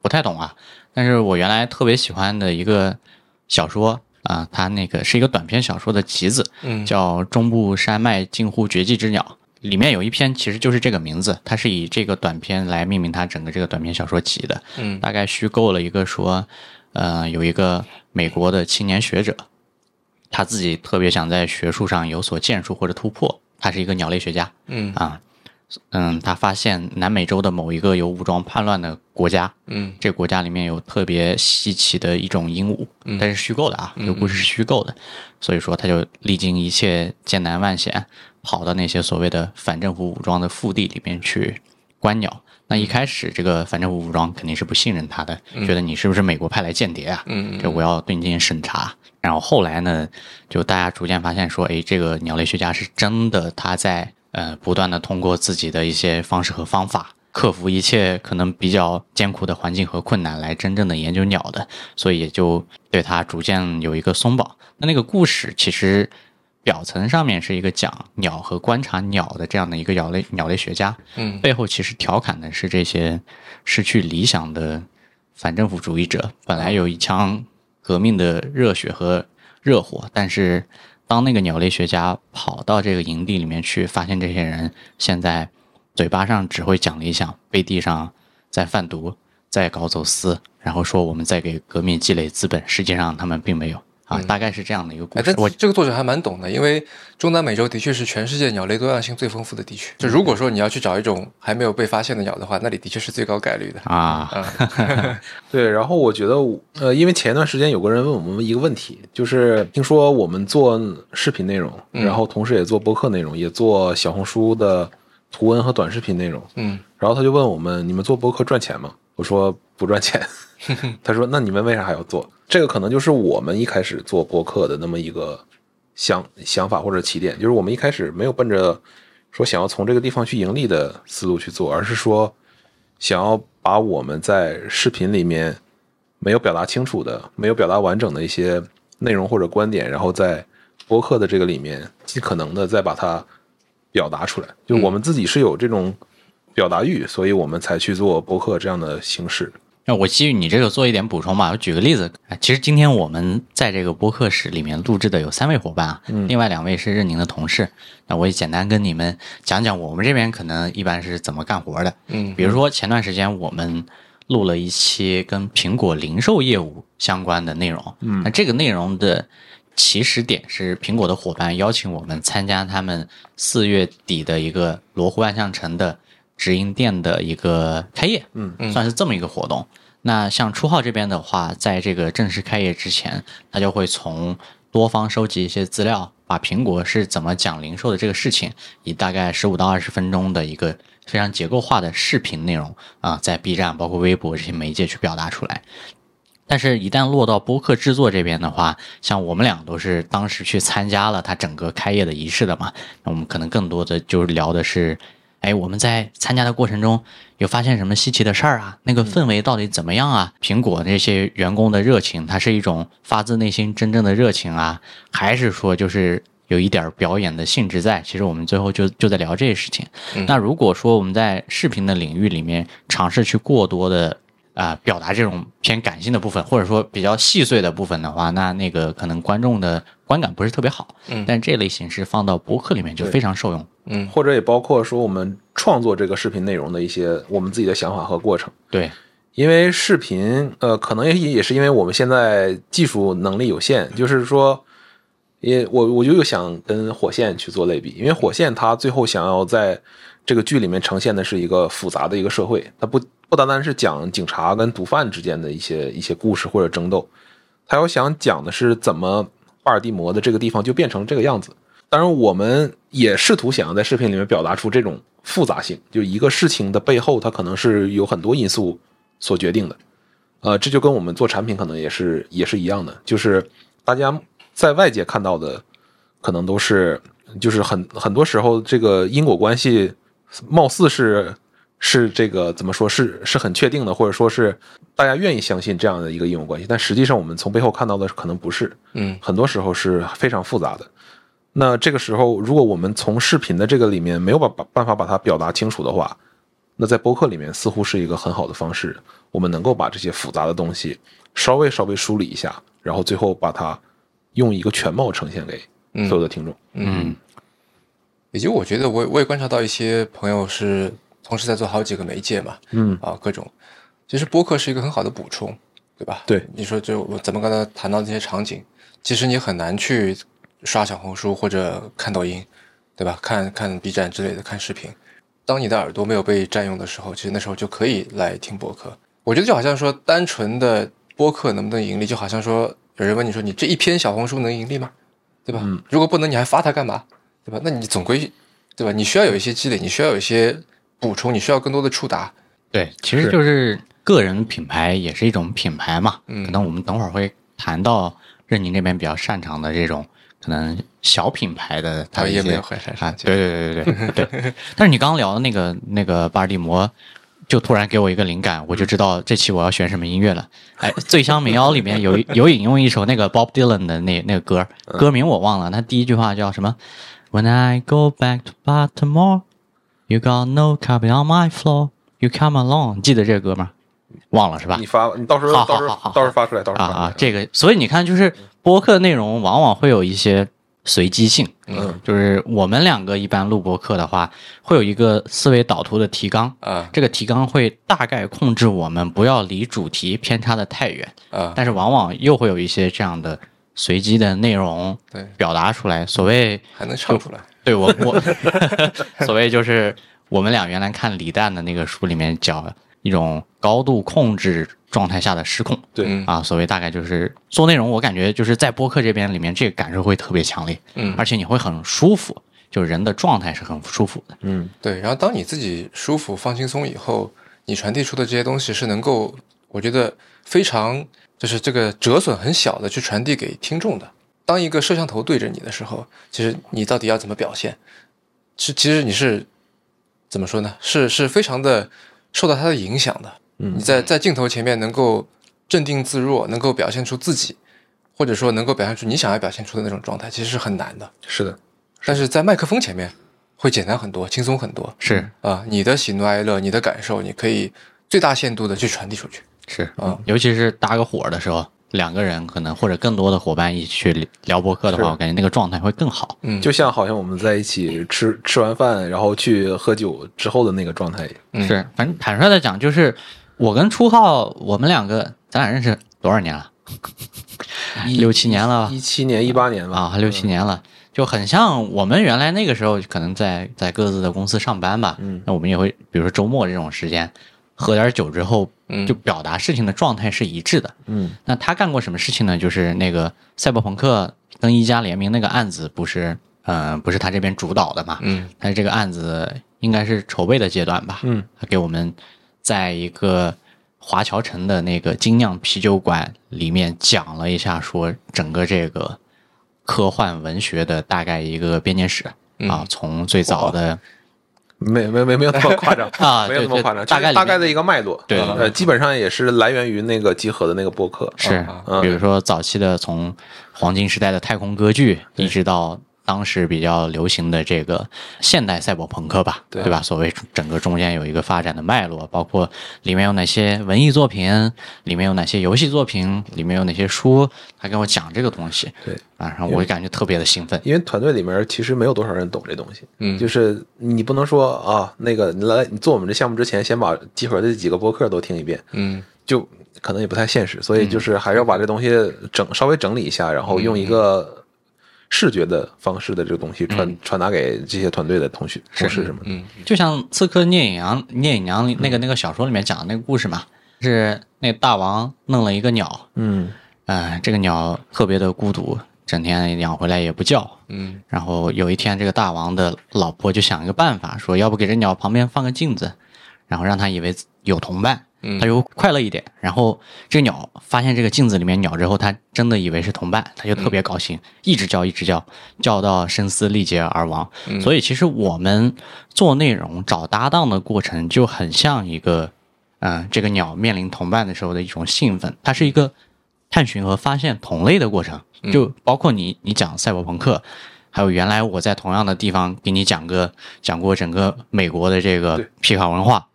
Speaker 1: 不太懂啊。但是我原来特别喜欢的一个小说啊，它那个是一个短篇小说的集子，叫《中部山脉近乎绝迹之鸟》。里面有一篇其实就是这个名字，它是以这个短篇来命名它整个这个短篇小说集的。大概虚构了一个说，有一个美国的青年学者，他自己特别想在学术上有所建树或者突破，他是一个鸟类学家。他发现南美洲的某一个有武装叛乱的国家，这个国家里面有特别稀奇的一种鹦鹉，但是虚构的啊，这个故事是虚构的，所以说他就历经一切艰难万险，跑到那些所谓的反政府武装的腹地里面去观鸟。那一开始这个反政府武装肯定是不信任他的，觉得你是不是美国派来间谍啊？这我要对你进行审查。然后后来呢，就大家逐渐发现说，这个鸟类学家是真的，他在不断的通过自己的一些方式和方法，克服一切可能比较艰苦的环境和困难，来真正的研究鸟的，所以也就对他逐渐有一个松绑。那个故事其实表层上面是一个讲鸟和观察鸟的这样的一个鸟类学家，背后其实调侃的是这些失去理想的反政府主义者，本来有一腔革命的热血和热火，但是当那个鸟类学家跑到这个营地里面去，发现这些人现在嘴巴上只会讲理想，背地上在贩毒，在搞走私，然后说我们在给革命积累资本，实际上他们并没有啊，大概是这样的一个故事。
Speaker 2: 这个作者还蛮懂的，因为中南美洲的确是全世界鸟类多样性最丰富的地区。就如果说你要去找一种还没有被发现的鸟的话，那里的确是最高概率的啊。
Speaker 3: 对，然后我觉得因为前一段时间有个人问我们一个问题，就是听说我们做视频内容，然后同时也做播客内容，也做小红书的图文和短视频内容，然后他就问我们，你们做播客赚钱吗？我说不赚钱。他说那你们为啥还要做？这个可能就是我们一开始做播客的那么一个想法或者起点，就是我们一开始没有奔着说想要从这个地方去盈利的思路去做，而是说想要把我们在视频里面没有表达清楚的、没有表达完整的一些内容或者观点，然后在播客的这个里面尽可能的再把它表达出来。就我们自己是有这种表达欲，所以我们才去做播客这样的形式。
Speaker 1: 那我基于你这个做一点补充吧，我举个例子，其实今天我们在这个播客室里面录制的有3位伙伴啊，另外2位是任宁的同事。那我也简单跟你们讲讲我们这边可能一般是怎么干活的。比如说前段时间我们录了一期跟苹果零售业务相关的内容，那这个内容的起始点是苹果的伙伴邀请我们参加他们4月底的一个罗湖万象城的直营店的一个开业，算是这么一个活动。那像初号这边的话，在这个正式开业之前，他就会从多方收集一些资料，把苹果是怎么讲零售的这个事情，以大概15到20分钟的一个非常结构化的视频内容啊，在 B 站包括微博这些媒介去表达出来。但是一旦落到播客制作这边的话，像我们俩都是当时去参加了他整个开业的仪式的嘛，那我们可能更多的就是聊的是我们在参加的过程中有发现什么稀奇的事儿啊？那个氛围到底怎么样啊？苹果这些员工的热情，它是一种发自内心真正的热情啊，还是说就是有一点表演的性质在？其实我们最后就在聊这些事情。那如果说我们在视频的领域里面尝试去过多的表达这种偏感性的部分，或者说比较细碎的部分的话，那个可能观众的观感不是特别好。但这类形式放到播客里面就非常受用。
Speaker 3: 或者也包括说我们创作这个视频内容的一些我们自己的想法和过程。
Speaker 1: 对，
Speaker 3: 因为视频可能也是因为我们现在技术能力有限，就是说我就想跟火线去做类比，因为火线它最后想要在这个剧里面呈现的是一个复杂的一个社会，它不单单是讲警察跟毒贩之间的一些故事或者争斗，它要想讲的是怎么巴尔的摩的这个地方就变成这个样子。当然我们也试图想要在视频里面表达出这种复杂性，就一个事情的背后它可能是有很多因素所决定的。这就跟我们做产品可能也是一样的，就是大家在外界看到的可能都是就是很多时候这个因果关系貌似是这个怎么说是很确定的，或者说是大家愿意相信这样的一个因果关系，但实际上我们从背后看到的可能不是，很多时候是非常复杂的。那这个时候如果我们从视频的这个里面没有办法把它表达清楚的话， 那在播客里面似乎是一个很好的方式，我们能够把这些复杂的东西稍微梳理一下，然后最后把它用一个全貌呈现给所有的听众。
Speaker 2: 以及我觉得我也观察到一些朋友是同时在做好几个媒介嘛，各种，其实播客是一个很好的补充，对吧？
Speaker 3: 对，
Speaker 2: 你说就咱们刚才谈到这些场景，其实你很难去刷小红书或者看抖音，对吧？看 B 站之类的，看视频。当你的耳朵没有被占用的时候，其实那时候就可以来听播客。我觉得就好像说单纯的播客能不能盈利，就好像说有人问你说你这一篇小红书能盈利吗？对吧？如果不能，你还发它干嘛？对吧？那你总归，对吧？你需要有一些积累，你需要有一些补充，你需要更多的触达。
Speaker 1: 对，其实就是个人品牌也是一种品牌嘛。可能我们等会儿会谈到任宁这边比较擅长的这种可能小品牌的它的一些
Speaker 2: 也没有很擅长。
Speaker 1: 对。但是你刚刚聊的那个巴尔的摩，就突然给我一个灵感，我就知道这期我要选什么音乐了。哎，醉乡民谣里面有引用一首那个 Bob Dylan 的那个歌，歌名我忘了，他第一句话叫什么 ？When I go back to Baltimore, you got no carpet on my floor, you come along。记得这个歌吗？忘了是吧？
Speaker 3: 你到时候发出来，
Speaker 1: 这个，所以你看，就是播客内容往往会有一些随机性。就是我们两个一般录播客的话，会有一个思维导图的提纲这个提纲会大概控制我们不要离主题偏差的太远但是往往又会有一些这样的随机的内容表达出来。所谓
Speaker 2: 还能唱出来，
Speaker 1: 对我所谓就是我们俩原来看李诞的那个书里面讲一种高度控制状态下的失控。
Speaker 3: 对
Speaker 1: 所谓大概就是做内容，我感觉就是在播客这边里面，这个感受会特别强烈。而且你会很舒服，就人的状态是很舒服的。
Speaker 2: 对。然后当你自己舒服放轻松以后，你传递出的这些东西是能够，我觉得非常就是这个折损很小的去传递给听众的。当一个摄像头对着你的时候，其实你到底要怎么表现，其实你是怎么说呢？是非常的受到它的影响的。你在镜头前面能够镇定自若，能够表现出自己，或者说能够表现出你想要表现出的那种状态，其实是很难的。
Speaker 3: 是的，
Speaker 2: 但是在麦克风前面会简单很多，轻松很多。
Speaker 1: 是
Speaker 2: 你的喜怒哀乐，你的感受，你可以最大限度的去传递出去。
Speaker 1: 是尤其是搭个伙的时候，两个人可能或者更多的伙伴一起去聊播客的话，我感觉那个状态会更好。
Speaker 3: 就像好像我们在一起吃完饭，然后去喝酒之后的那个状态。
Speaker 1: 是，反正坦率的讲，就是我跟初浩，我们两个咱俩认识多少年了？6、7年了
Speaker 3: ，17年、18年吧。
Speaker 1: 6、7年了，就很像我们原来那个时候，可能在各自的公司上班吧。那我们也会，比如说周末这种时间，喝点酒之后，就表达事情的状态是一致的。那他干过什么事情呢？就是那个赛博朋克跟一加联名那个案子，不是他这边主导的嘛？但是这个案子应该是筹备的阶段吧？他给我们在一个华侨城的那个精酿啤酒馆里面讲了一下，说整个这个科幻文学的大概一个编年史从最早的
Speaker 3: 没有那么夸张没有那么夸张，大概的一个脉络。
Speaker 1: 对，
Speaker 3: 基本上也是来源于那个集合的那个播客。
Speaker 1: 是，比如说早期的从黄金时代的太空歌剧，一直到当时比较流行的这个现代赛博朋克吧，对吧？所谓整个中间有一个发展的脉络，包括里面有哪些文艺作品，里面有哪些游戏作品，里面有哪些书，他跟我讲这个东西。
Speaker 3: 对
Speaker 1: 然后我就感觉特别的兴奋，
Speaker 3: 因为团队里面其实没有多少人懂这东西。就是你不能说那个你做我们这项目之前，先把集合的这几个播客都听一遍，就可能也不太现实，所以就是还是要把这东西稍微整理一下，然后用一个视觉的方式的这个东西传达给这些团队的同事什么的。
Speaker 1: 就像《刺客聂隐娘》那个小说里面讲的那个故事嘛，是那个大王弄了一个鸟，这个鸟特别的孤独，整天养回来也不叫，然后有一天这个大王的老婆就想一个办法，说要不给这鸟旁边放个镜子，然后让他以为有同伴，他就快乐一点。然后这个鸟发现这个镜子里面鸟之后，他真的以为是同伴，他就特别高兴，一直叫到声嘶力竭而亡。所以其实我们做内容找搭档的过程就很像一个这个鸟面临同伴的时候的一种兴奋，它是一个探寻和发现同类的过程。就包括你讲赛博朋克，还有原来我在同样的地方给你讲过整个美国的这个皮卡文化，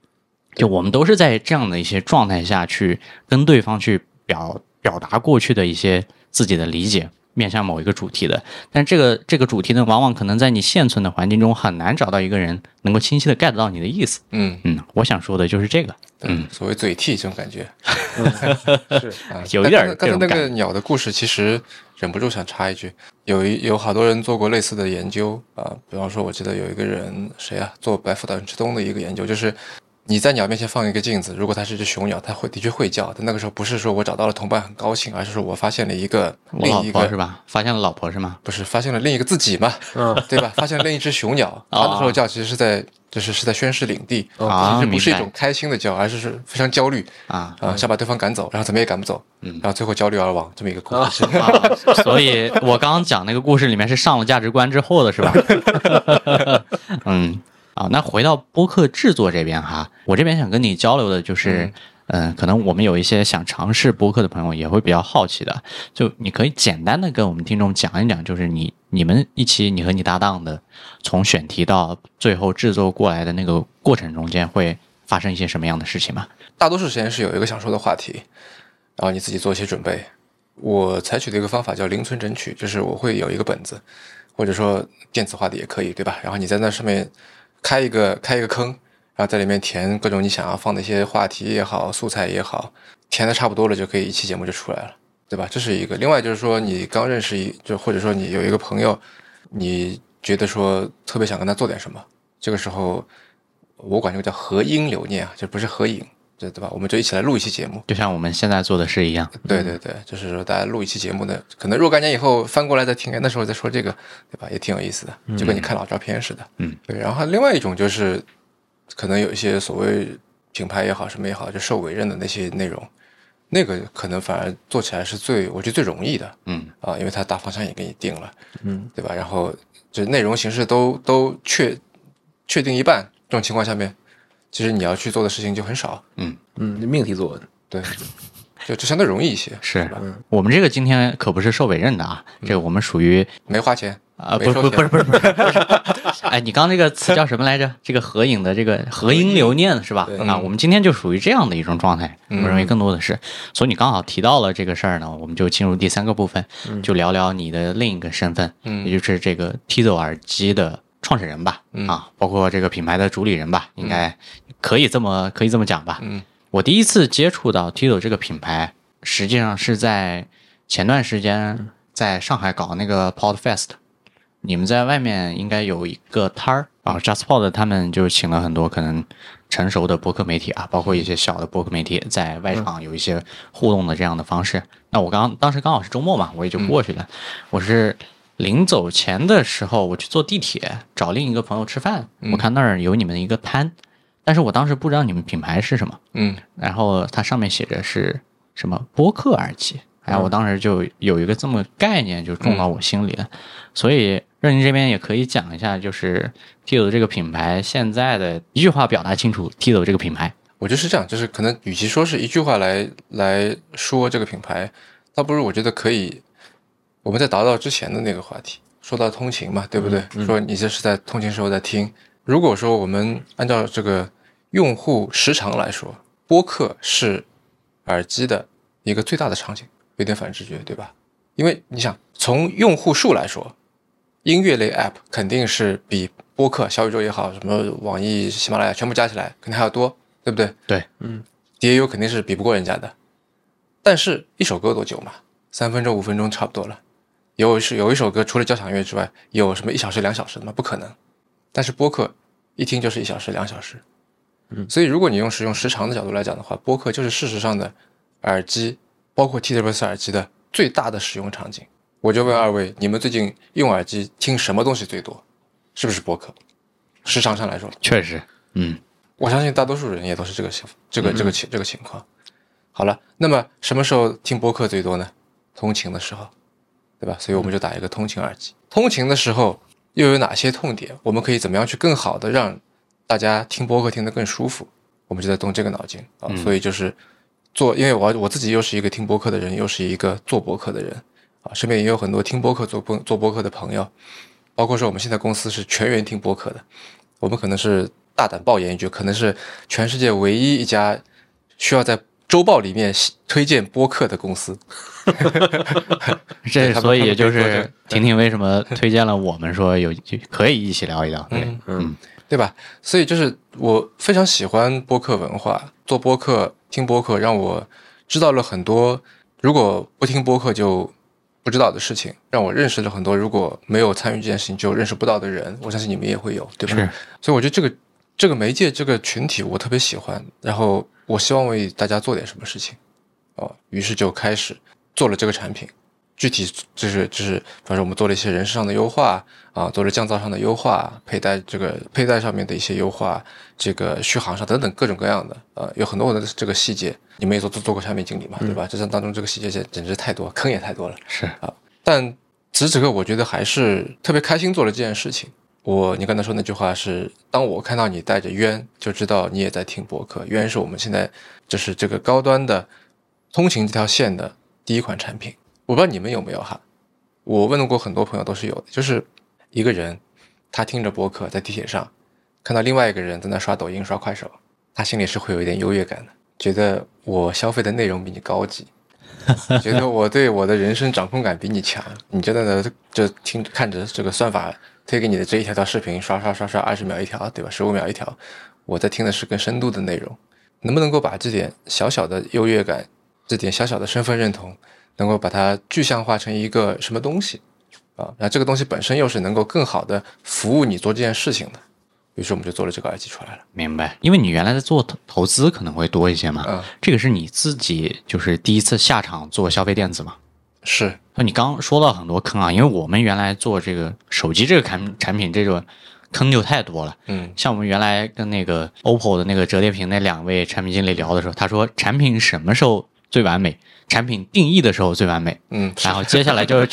Speaker 1: 就我们都是在这样的一些状态下去跟对方去表达过去的一些自己的理解，面向某一个主题的。但这个主题呢，往往可能在你现存的环境中很难找到一个人能够清晰的 get 到你的意思。我想说的就是这个。
Speaker 2: 所谓嘴替这种感觉，
Speaker 3: 是
Speaker 2: 啊，
Speaker 1: 有一点这
Speaker 2: 刚才那
Speaker 1: 种感觉。
Speaker 2: 个鸟的故事，其实忍不住想插一句，有好多人做过类似的研究啊，比方说我记得有一个人谁啊，做白腹岛人之冬的一个研究，就是你在鸟面前放一个镜子，如果它是一只雄鸟，它的确会叫，但那个时候不是说我找到了同伴很高兴，而是说我发现了
Speaker 1: 我老
Speaker 2: 另一个
Speaker 1: 婆是吧？发现了老婆是吗？
Speaker 2: 不是发现了另一个自己嘛，对吧？发现了另一只雄鸟，它那时候叫其实是在宣示领地，其实不是一种开心的叫，而是非常焦虑想把对方赶走，然后怎么也赶不走，然后最后焦虑而亡，这么一个故事。
Speaker 1: 所以我刚刚讲那个故事里面是上了价值观之后的是吧？那回到播客制作这边哈，我这边想跟你交流的就是，可能我们有一些想尝试播客的朋友也会比较好奇的，就你可以简单的跟我们听众讲一讲，就是你们一起你和你搭档的从选题到最后制作过来的那个过程中间会发生一些什么样的事情吗？
Speaker 2: 大多数时间是有一个想说的话题，然后你自己做一些准备。我采取的一个方法叫零存整取，就是我会有一个本子，或者说电子化的也可以，对吧？然后你在那上面开一个坑，然后在里面填各种你想要放的一些话题也好，素材也好，填的差不多了就可以一期节目就出来了，对吧？这是一个。另外就是说你刚认识或者说你有一个朋友，你觉得说特别想跟他做点什么，这个时候我管这个叫合音留念啊，就不是合影，对吧？我们就一起来录一期节目，
Speaker 1: 就像我们现在做的事一样。
Speaker 2: 对，就是说大家录一期节目呢，可能若干年以后翻过来再听，那时候再说这个，对吧？也挺有意思的，就跟你看老照片似的。对。然后另外一种就是，可能有一些所谓品牌也好，什么也好，就受委任的那些内容，那个可能反而做起来是我觉得最容易的。因为它大方向也给你定了，对吧？然后就内容形式都确定一半，这种情况下面，其实你要去做的事情就很少。
Speaker 3: 命题作文，
Speaker 2: 对，就相对容易一些。
Speaker 1: 是吧？我们这个今天可不是受委任的啊，这个我们属于
Speaker 2: 没花钱
Speaker 1: 不是。哎，你刚这个词叫什么来着？这个合影的这个合音留念是吧？我们今天就属于这样的一种状态，我认为更多的是。所以你刚好提到了这个事儿呢，我们就进入第三个部分，就聊聊你的另一个身份，也就是这个 Tizo 耳机的创始人吧，包括这个品牌的主理人吧，应该可以这么讲吧。我第一次接触到 Tizo 这个品牌，实际上是在前段时间在上海搞那个 Podfest， 你们在外面应该有一个摊儿，然后 JustPod 他们就请了很多可能成熟的播客媒体啊，包括一些小的播客媒体在外场有一些互动的这样的方式。那我当时刚好是周末嘛，我也就过去了。我是临走前的时候，我去坐地铁找另一个朋友吃饭，我看那儿有你们一个摊。但是我当时不知道你们品牌是什么，然后它上面写着是什么播客耳机，然后我当时就有一个这么概念就种到我心里了，所以任宁这边也可以讲一下，就是 Tizo 这个品牌现在的一句话表达清楚 Tizo 这个品牌。
Speaker 2: 我觉得是这样，就是可能与其说是一句话来说这个品牌，倒不如我觉得可以，我们在达到之前的那个话题，说到通勤嘛，对不对？说你这是在通勤时候在听。如果说我们按照这个用户时长来说，播客是耳机的一个最大的场景，有点反直觉，对吧？因为你想从用户数来说，音乐类 app 肯定是比播客小宇宙也好，什么网易喜马拉雅全部加起来肯定还要多，对不对？
Speaker 1: 对
Speaker 2: DAU 肯定是比不过人家的，但是一首歌多久嘛，3分钟5分钟差不多了。有一首歌除了交响乐之外，有什么1小时2小时的吗？不可能。但是播客一听就是1小时2小时，所以如果你使用时长的角度来讲的话，播客就是事实上的耳机，包括 TWS 耳机的最大的使用场景。我就问二位，你们最近用耳机听什么东西最多？是不是播客？时长上来说，
Speaker 1: 确实，
Speaker 2: 我相信大多数人也都是这个情况。好了，那么什么时候听播客最多呢？通勤的时候，对吧？所以我们就打一个通勤耳机。通勤的时候又有哪些痛点？我们可以怎么样去更好的让大家听播客听得更舒服？我们就在动这个脑筋啊。所以就是因为我自己又是一个听播客的人，又是一个做播客的人啊，身边也有很多听播客做播客的朋友，包括说我们现在公司是全员听播客的，我们可能是大胆爆言一句，可能是全世界唯一一家需要在周报里面推荐播客的公司。
Speaker 1: 这所以也就是婷婷为什么推荐了我们说可以一起聊一聊，对，
Speaker 2: 对吧？所以就是我非常喜欢播客文化，做播客、听播客，让我知道了很多如果不听播客就不知道的事情，让我认识了很多如果没有参与这件事情就认识不到的人。我相信你们也会有，对吧？
Speaker 1: 是。
Speaker 2: 所以我觉得这个媒介、这个群体我特别喜欢，然后我希望为大家做点什么事情，于是就开始做了这个产品。具体就是比方说我们做了一些人事上的优化啊，做了降噪上的优化，佩戴上面的一些优化，这个续航上等等各种各样的有很多的这个细节，你们也做过产品经理嘛，对吧？这当中这个细节简直太多，坑也太多了，
Speaker 1: 是
Speaker 2: 啊。但此时此刻我觉得还是特别开心做了这件事情。你刚才说那句话是，当我看到你带着冤，就知道你也在听播客。冤是我们现在就是这个高端的通勤这条线的第一款产品。我不知道你们有没有哈，我问过很多朋友都是有的，就是一个人他听着播客在地铁上看到另外一个人在那刷抖音刷快手，他心里是会有一点优越感的，觉得我消费的内容比你高级，觉得我对我的人生掌控感比你强，你就在那就看着这个算法推给你的这一条视频刷20秒一条，对吧？15秒一条，我在听的是更深度的内容。能不能够把这点小小的优越感，这点小小的身份认同能够把它具象化成一个什么东西啊？然后这个东西本身又是能够更好的服务你做这件事情的，于是我们就做了这个耳机出来了。
Speaker 1: 明白，因为你原来在做投资可能会多一些嘛，这个是你自己就是第一次下场做消费电子嘛？
Speaker 2: 是。
Speaker 1: 你刚刚说到很多坑啊，因为我们原来做这个手机这个产品，这种坑就太多了。像我们原来跟那个 OPPO 的那个折叠屏那2位产品经理聊的时候，他说产品什么时候最完美？产品定义的时候最完美，然后接下来就是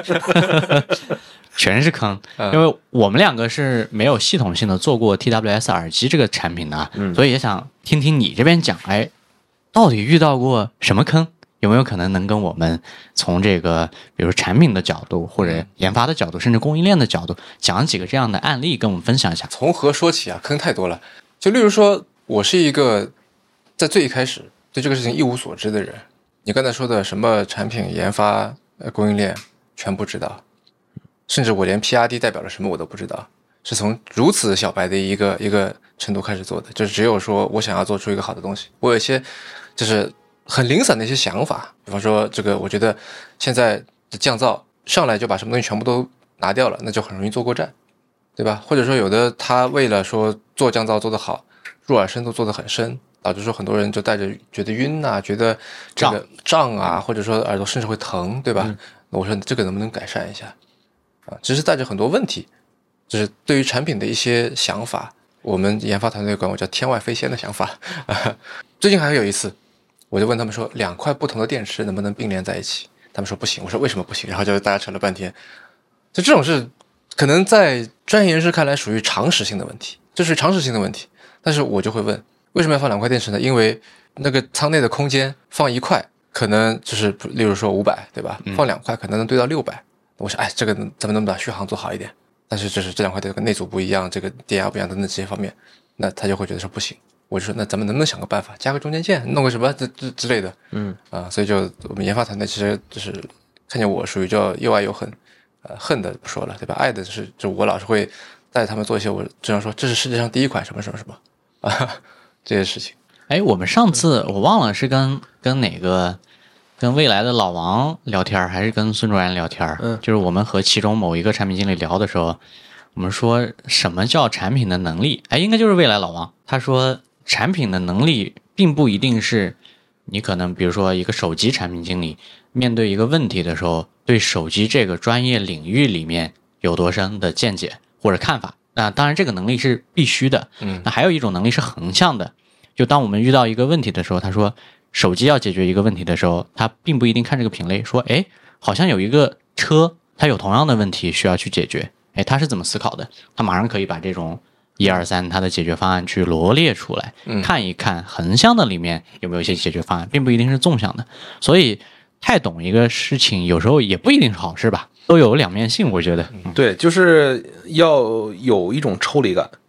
Speaker 1: 全是坑，因为我们2个是没有系统性的做过 TWS 耳机这个产品的，所以也想听听你这边讲，到底遇到过什么坑？有没有可能能跟我们从这个比如产品的角度或者研发的角度，甚至供应链的角度讲几个这样的案例跟我们分享一下？
Speaker 2: 从何说起啊？坑太多了。就例如说我是一个在最一开始对这个事情一无所知的人，你刚才说的什么产品研发、供应链全不知道，甚至我连 PRD 代表了什么我都不知道，是从如此小白的一个程度开始做的。就是只有说我想要做出一个好的东西，我有一些就是很零散的一些想法，比方说这个我觉得现在的降噪上来就把什么东西全部都拿掉了，那就很容易做过站，对吧？或者说有的他为了说做降噪做得好，入耳深度做得很深，导致说很多人就带着觉得晕啊，觉得这个胀啊，或者说耳朵甚至会疼，对吧？那我说这个能不能改善一下啊？只是带着很多问题，就是对于产品的一些想法，我们研发团队管我叫天外飞仙的想法。最近还有一次我就问他们说2块不同的电池能不能并联在一起，他们说不行，我说为什么不行？然后就大家扯了半天。就这种是可能在专业人士看来属于常识性的问题，这是常识性的问题，但是我就会问为什么要放2块电池呢？因为那个舱内的空间放1块可能就是例如说500，对吧？放2块可能能堆到600。我说这个咱们能把续航做好一点，但是就是这2块这个内组不一样，这个电压不一样等等这些方面，那他就会觉得说不行。我就说那咱们能不能想个办法，加个中间件，弄个什么之类的。所以就我们研发团队其实就是看见我属于叫又爱又恨，恨的不说了，对吧？爱的就我老是会带他们做一些我经常说这是世界上第一款什么什么什么这些事情。
Speaker 1: 我们上次我忘了是跟哪个跟未来的老王聊天还是跟孙卓然聊天，就是我们和其中某一个产品经理聊的时候，我们说什么叫产品的能力？应该就是未来老王，他说产品的能力并不一定是你可能比如说一个手机产品经理面对一个问题的时候，对手机这个专业领域里面有多深的见解或者看法。那当然这个能力是必须的。那还有一种能力是横向的，就当我们遇到一个问题的时候，他说手机要解决一个问题的时候，他并不一定看这个品类，说好像有一个车它有同样的问题需要去解决，他是怎么思考的？他马上可以把这种1、2、3它的解决方案去罗列出来，看一看横向的里面有没有一些解决方案，并不一定是纵向的。所以太懂一个事情有时候也不一定是好事吧，都有两面性，我觉得。
Speaker 3: 对，就是要有一种抽离感。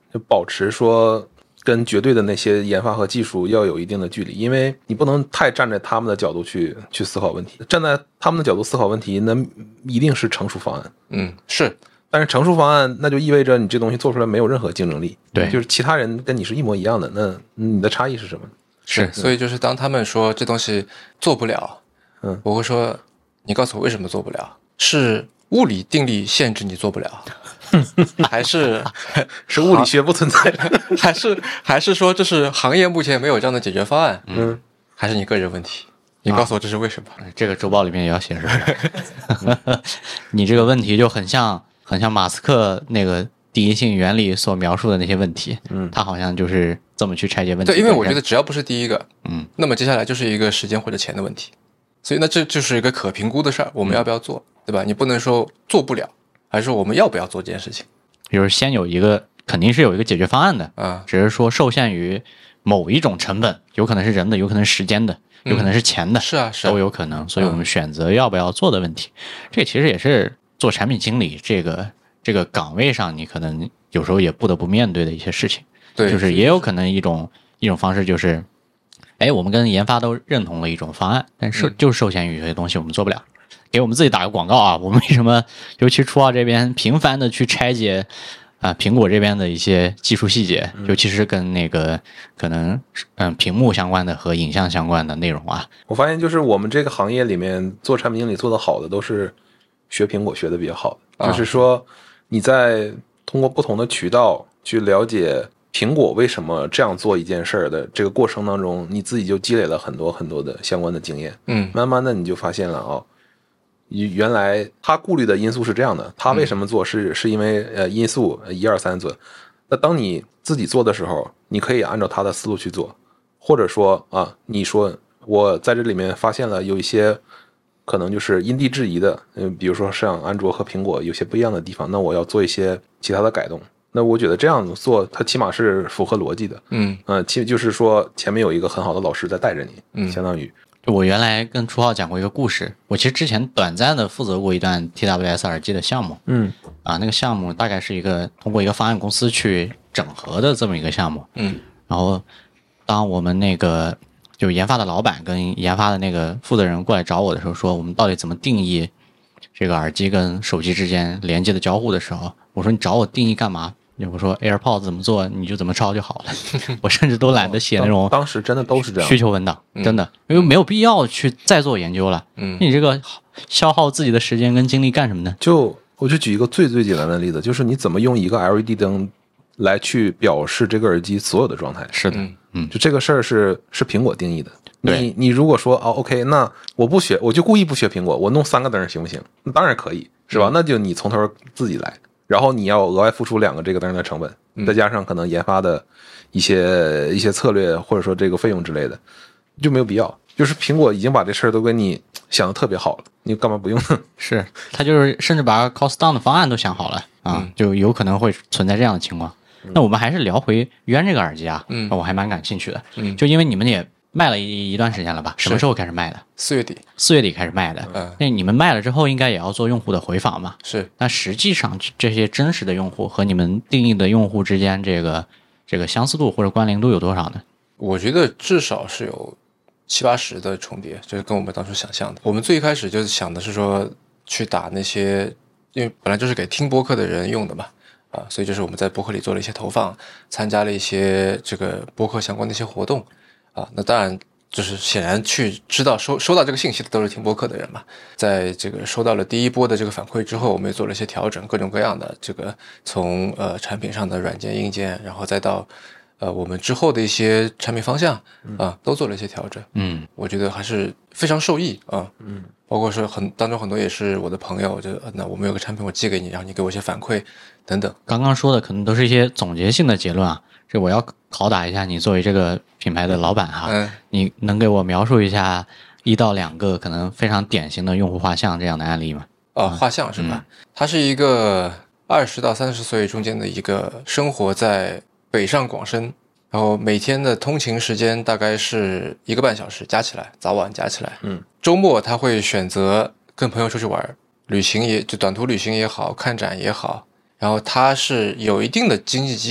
Speaker 3: 就保持说跟绝对的那些研发和技术要有一定的距离，因为你不能太站在他们的角度去思考问题。站在他们的角度思考问题，那一定是成熟方案。
Speaker 2: 是。
Speaker 3: 但是成熟方案，那就意味着你这东西做出来没有任何竞争力。
Speaker 1: 对，
Speaker 3: 就是其他人跟你是一模一样的，那你的差异是什么？
Speaker 2: 是，所以就是当他们说这东西做不了，我会说，你告诉我为什么做不了？是物理定律限制你做不了，还是
Speaker 3: 物理学不存在的？
Speaker 2: 还是说这是行业目前没有这样的解决方案？还是你个人问题？你告诉我这是为什么？
Speaker 1: 这个周报里面也要写上。你这个问题就很像马斯克那个第一性原理所描述的那些问题。他好像就是这么去拆解问题。
Speaker 2: 对，因为我觉得只要不是第一个，那么接下来就是一个时间或者钱的问题。所以那这就是一个可评估的事儿，我们要不要做，对吧？你不能说做不了，还是说我们要不要做这件事情？
Speaker 1: 就是先有一个，肯定是有一个解决方案的
Speaker 2: 啊，
Speaker 1: 只是说受限于某一种成本，有可能是人的，有可能是时间的，有可能是钱的，
Speaker 2: 是啊，
Speaker 1: 都有可能。所以我们选择要不要做的问题，这其实也是做产品经理这个岗位上，你可能有时候也不得不面对的一些事情。
Speaker 2: 对，
Speaker 1: 就是也有可能一种方式就是。我们跟研发都认同了一种方案，但是就是受限于有些东西我们做不了。给我们自己打个广告啊，我们为什么尤其初奥这边频繁的去拆解苹果这边的一些技术细节，尤其是跟那个可能屏幕相关的和影像相关的内容啊。
Speaker 3: 我发现就是我们这个行业里面做产品经理做得好的都是学苹果学的比较好的，就是说你在通过不同的渠道去了解苹果为什么这样做一件事儿的这个过程当中，你自己就积累了很多很多的相关的经验。慢慢的你就发现了原来他顾虑的因素是这样的，他为什么做是因为因素1、2、3做。那当你自己做的时候，你可以按照他的思路去做，或者说你说我在这里面发现了有一些可能就是因地制宜的，比如说像安卓和苹果有些不一样的地方，那我要做一些其他的改动。那我觉得这样做，它起码是符合逻辑的。就是说前面有一个很好的老师在带着你，相当于。
Speaker 1: 我原来跟初浩讲过一个故事，我其实之前短暂的负责过一段 TWS 耳机的项目。那个项目大概是一个通过一个方案公司去整合的这么一个项目。然后当我们那个就研发的老板跟研发的那个负责人过来找我的时候，说我们到底怎么定义这个耳机跟手机之间连接的交互的时候，我说你找我定义干嘛？我说 AirPods 怎么做你就怎么抄就好了。我甚至都懒得写那种
Speaker 3: 当时真的都是这样
Speaker 1: 需求文档，真的，因为没有必要去再做研究了。你这个消耗自己的时间跟精力干什么呢？
Speaker 3: 我就举一个最简单的例子，就是你怎么用一个 LED 灯来去表示这个耳机所有的状态。
Speaker 1: 是的，
Speaker 3: 就这个事儿是苹果定义的。你如果说OK， 那我就故意不学苹果，我弄3个灯行不行？那当然可以，是吧？那就你从头自己来。然后你要额外付出2个这个灯的成本，再加上可能研发的一些策略或者说这个费用之类的，就没有必要。就是苹果已经把这事儿都给你想的特别好了，你干嘛不用呢？
Speaker 1: 是，他就是甚至把 cost down 的方案都想好了就有可能会存在这样的情况。那我们还是聊回渊这个耳机啊，我还蛮感兴趣的。就因为你们也卖了一段时间了吧？什么时候开始卖的
Speaker 2: ？4月底。
Speaker 1: 4月底开始卖的。那你们卖了之后，应该也要做用户的回访嘛？
Speaker 2: 是。
Speaker 1: 那实际上这些真实的用户和你们定义的用户之间，这个相似度或者关联度有多少呢？
Speaker 2: 我觉得至少是有70、80的重叠，就是跟我们当初想象的。我们最一开始就是想的是说去打那些，因为本来就是给听播客的人用的嘛。所以就是我们在播客里做了一些投放，参加了一些这个播客相关的一些活动。那当然就是显然去知道收到这个信息的都是听播客的人嘛。在这个收到了第一波的这个反馈之后，我们也做了一些调整，各种各样的这个从产品上的软件硬件，然后再到我们之后的一些产品方向都做了一些调整。我觉得还是非常受益包括是当中很多也是我的朋友，就那我们有个产品我寄给你，然后你给我一些反馈等等。
Speaker 1: 刚刚说的可能都是一些总结性的结论啊，这我要拷打一下你作为这个品牌的老板哈，你能给我描述一下1到2个可能非常典型的用户画像这样的案例吗？
Speaker 2: 画像是吧？他是一个20到30岁中间的一个生活在北上广深，然后每天的通勤时间大概是1个半小时加起来，早晚加起来。周末他会选择跟朋友出去玩，旅行就短途旅行也好，看展也好。然后他是有一定的经济基础，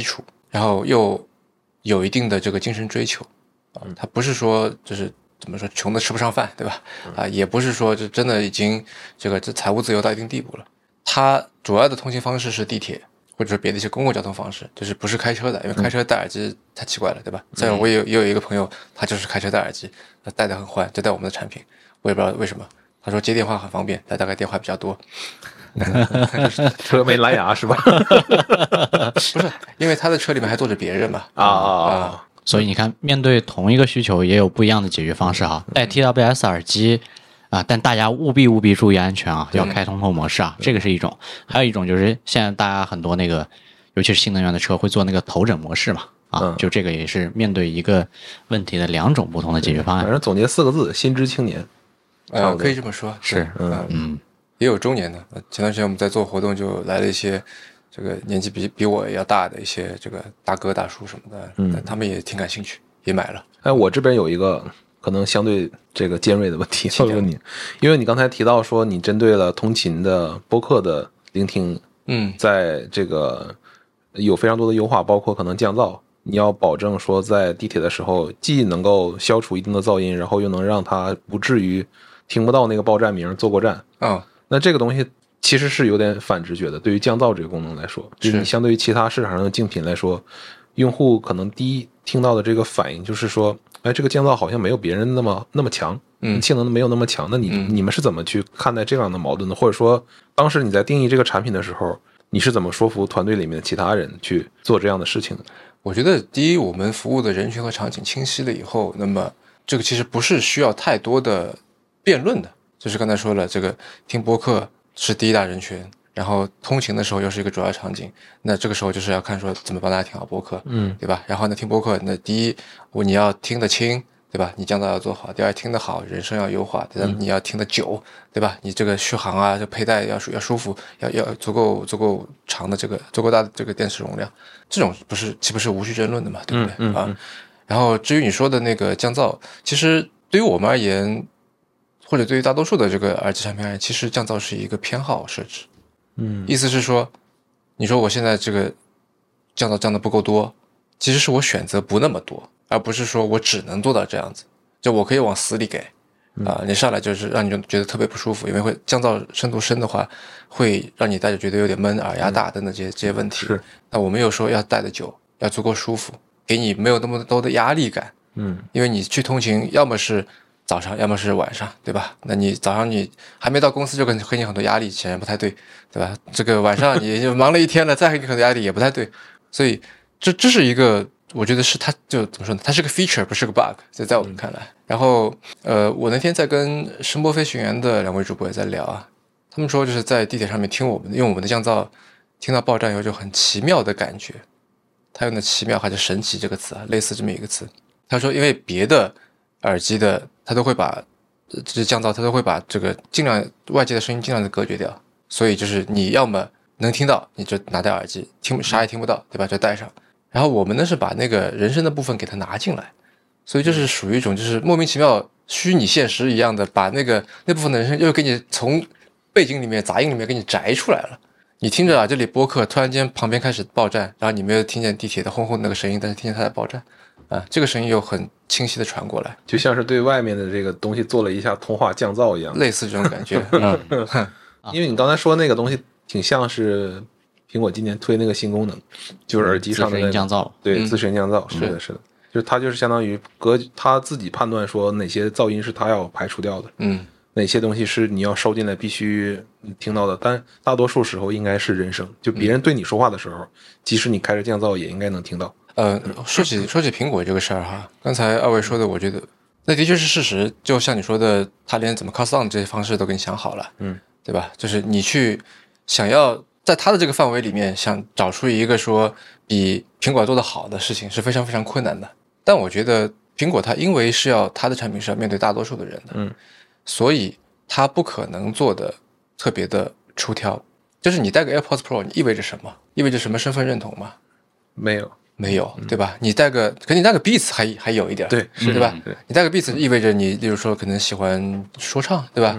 Speaker 2: 然后又有一定的这个精神追求啊，他不是说就是怎么说穷的吃不上饭，对吧？也不是说这真的已经这财务自由到一定地步了。他主要的通行方式是地铁，或者说别的一些公共交通方式，就是不是开车的，因为开车戴耳机太奇怪了，对吧？再有我也有一个朋友，他就是开车戴耳机，他戴得很欢，就戴我们的产品，我也不知道为什么。他说接电话很方便，他大概电话比较多。
Speaker 3: 车没蓝牙是吧？
Speaker 2: 不是，因为他的车里面还坐着别人嘛。
Speaker 1: 所以你看，面对同一个需求，也有不一样的解决方式哈。戴 TWS 耳机但大家务必注意安全啊，要开通透模式啊，这个是一种。还有一种就是现在大家很多那个，尤其是新能源的车会做那个头枕模式嘛，就这个也是面对一个问题的两种不同的解决方案。
Speaker 3: 反正总结4个字：心知青年。
Speaker 2: 可以这么说，
Speaker 1: 是，
Speaker 2: 也有中年的。前段时间我们在做活动，就来了一些这个年纪比我要大的一些这个大哥大叔什么的，他们也挺感兴趣，也买了。
Speaker 3: 我这边有一个可能相对这个尖锐的问题问你，因为你刚才提到说你针对了通勤的播客的聆听，在这个有非常多的优化，包括可能降噪。你要保证说在地铁的时候既能够消除一定的噪音，然后又能让它不至于听不到那个报站名坐过站。那这个东西其实是有点反直觉的，对于降噪这个功能来说，就是你相对于其他市场上的竞品来说，用户可能第一听到的这个反应就是说，哎，这个降噪好像没有别人那么强，性能没有那么强。那你们是怎么去看待这样的矛盾的？或者说当时你在定义这个产品的时候，你是怎么说服团队里面的其他人去做这样的事情的？
Speaker 2: 我觉得第一，我们服务的人群和场景清晰了以后，那么这个其实不是需要太多的辩论的。就是刚才说了，这个听播客是第一大人群，然后通勤的时候又是一个主要场景，那这个时候就是要看说怎么帮大家听好播客，对吧？然后呢，听播客，那第一，你要听得清，对吧？你降噪要做好。第二，听得好，人声要优化。第三，你要听得久，对吧？你这个续航啊，这佩戴要舒服，要足够长的足够大的这个电池容量，这种岂不是无需争论的嘛？对不对？然后至于你说的那个降噪，其实对于我们而言，或者对于大多数的这个耳机产品而言，其实降噪是一个偏好设置。意思是说，你说我现在这个降噪降的不够多，其实是我选择不那么多，而不是说我只能做到这样子，就我可以往死里给你上来就是让你觉得特别不舒服，因为会降噪深度深的话，会让你戴着觉得有点闷、耳压大等等这些问题。那我们又说要戴得久，要足够舒服，给你没有那么多的压力感。因为你去通勤，要么是早上，要么是晚上，对吧？那你早上你还没到公司就给你很多压力，显然不太对，对吧？这个晚上你就忙了一天了，再给你很多压力也不太对，所以这是一个，我觉得是它就怎么说呢？它是个 feature， 不是个 bug， 就在我们看来。然后我那天在跟声波飞行员的2位主播也在聊啊，他们说就是在地铁上面听我们用我们的降噪，听到报站有一种很奇妙的感觉。他用的奇妙还是神奇这个词啊，类似这么一个词。他说因为别的耳机的他都会把这降噪，他都会把这个尽量外界的声音尽量的隔绝掉，所以就是你要么能听到你就拿掉耳机，啥也听不到，对吧？就戴上。然后我们呢是把那个人声的部分给它拿进来，所以就是属于一种就是莫名其妙虚拟现实一样的，把那部分的人声又给你从背景里面杂音里面给你摘出来了。你听着这里播客，突然间旁边开始报站，然后你没有听见地铁的轰轰那个声音，但是听见它在报站这个声音又很清晰的传过来，
Speaker 3: 就像是对外面的这个东西做了一下通话降噪一样，
Speaker 2: 类似这种感觉。
Speaker 3: 因为你刚才说那个东西挺像是苹果今年推那个新功能，就是耳机上的、那个、
Speaker 1: 自适应降噪，
Speaker 3: 对，自适应降噪，是的，是的，就是它就是相当于他自己判断说哪些噪音是他要排除掉的，哪些东西是你要收进来必须听到的，但大多数时候应该是人声，就别人对你说话的时候，即使你开着降噪也应该能听到。
Speaker 2: 说起苹果这个事儿哈，刚才二位说的，我觉得那的确是事实。就像你说的，他连怎么 cost down 这些方式都给你想好了，对吧？就是你去想要在他的这个范围里面想找出一个说比苹果做得好的事情是非常非常困难的。但我觉得苹果它因为是它的产品是要面对大多数的人的，所以它不可能做的特别的出挑。就是你带个 AirPods Pro 你意味着什么？意味着什么身份认同吗？没有，对吧？可你带个 Beats 还有一点，
Speaker 3: 对，
Speaker 2: 对吧？你带个 Beats 意味着你，例如说可能喜欢说唱，对吧？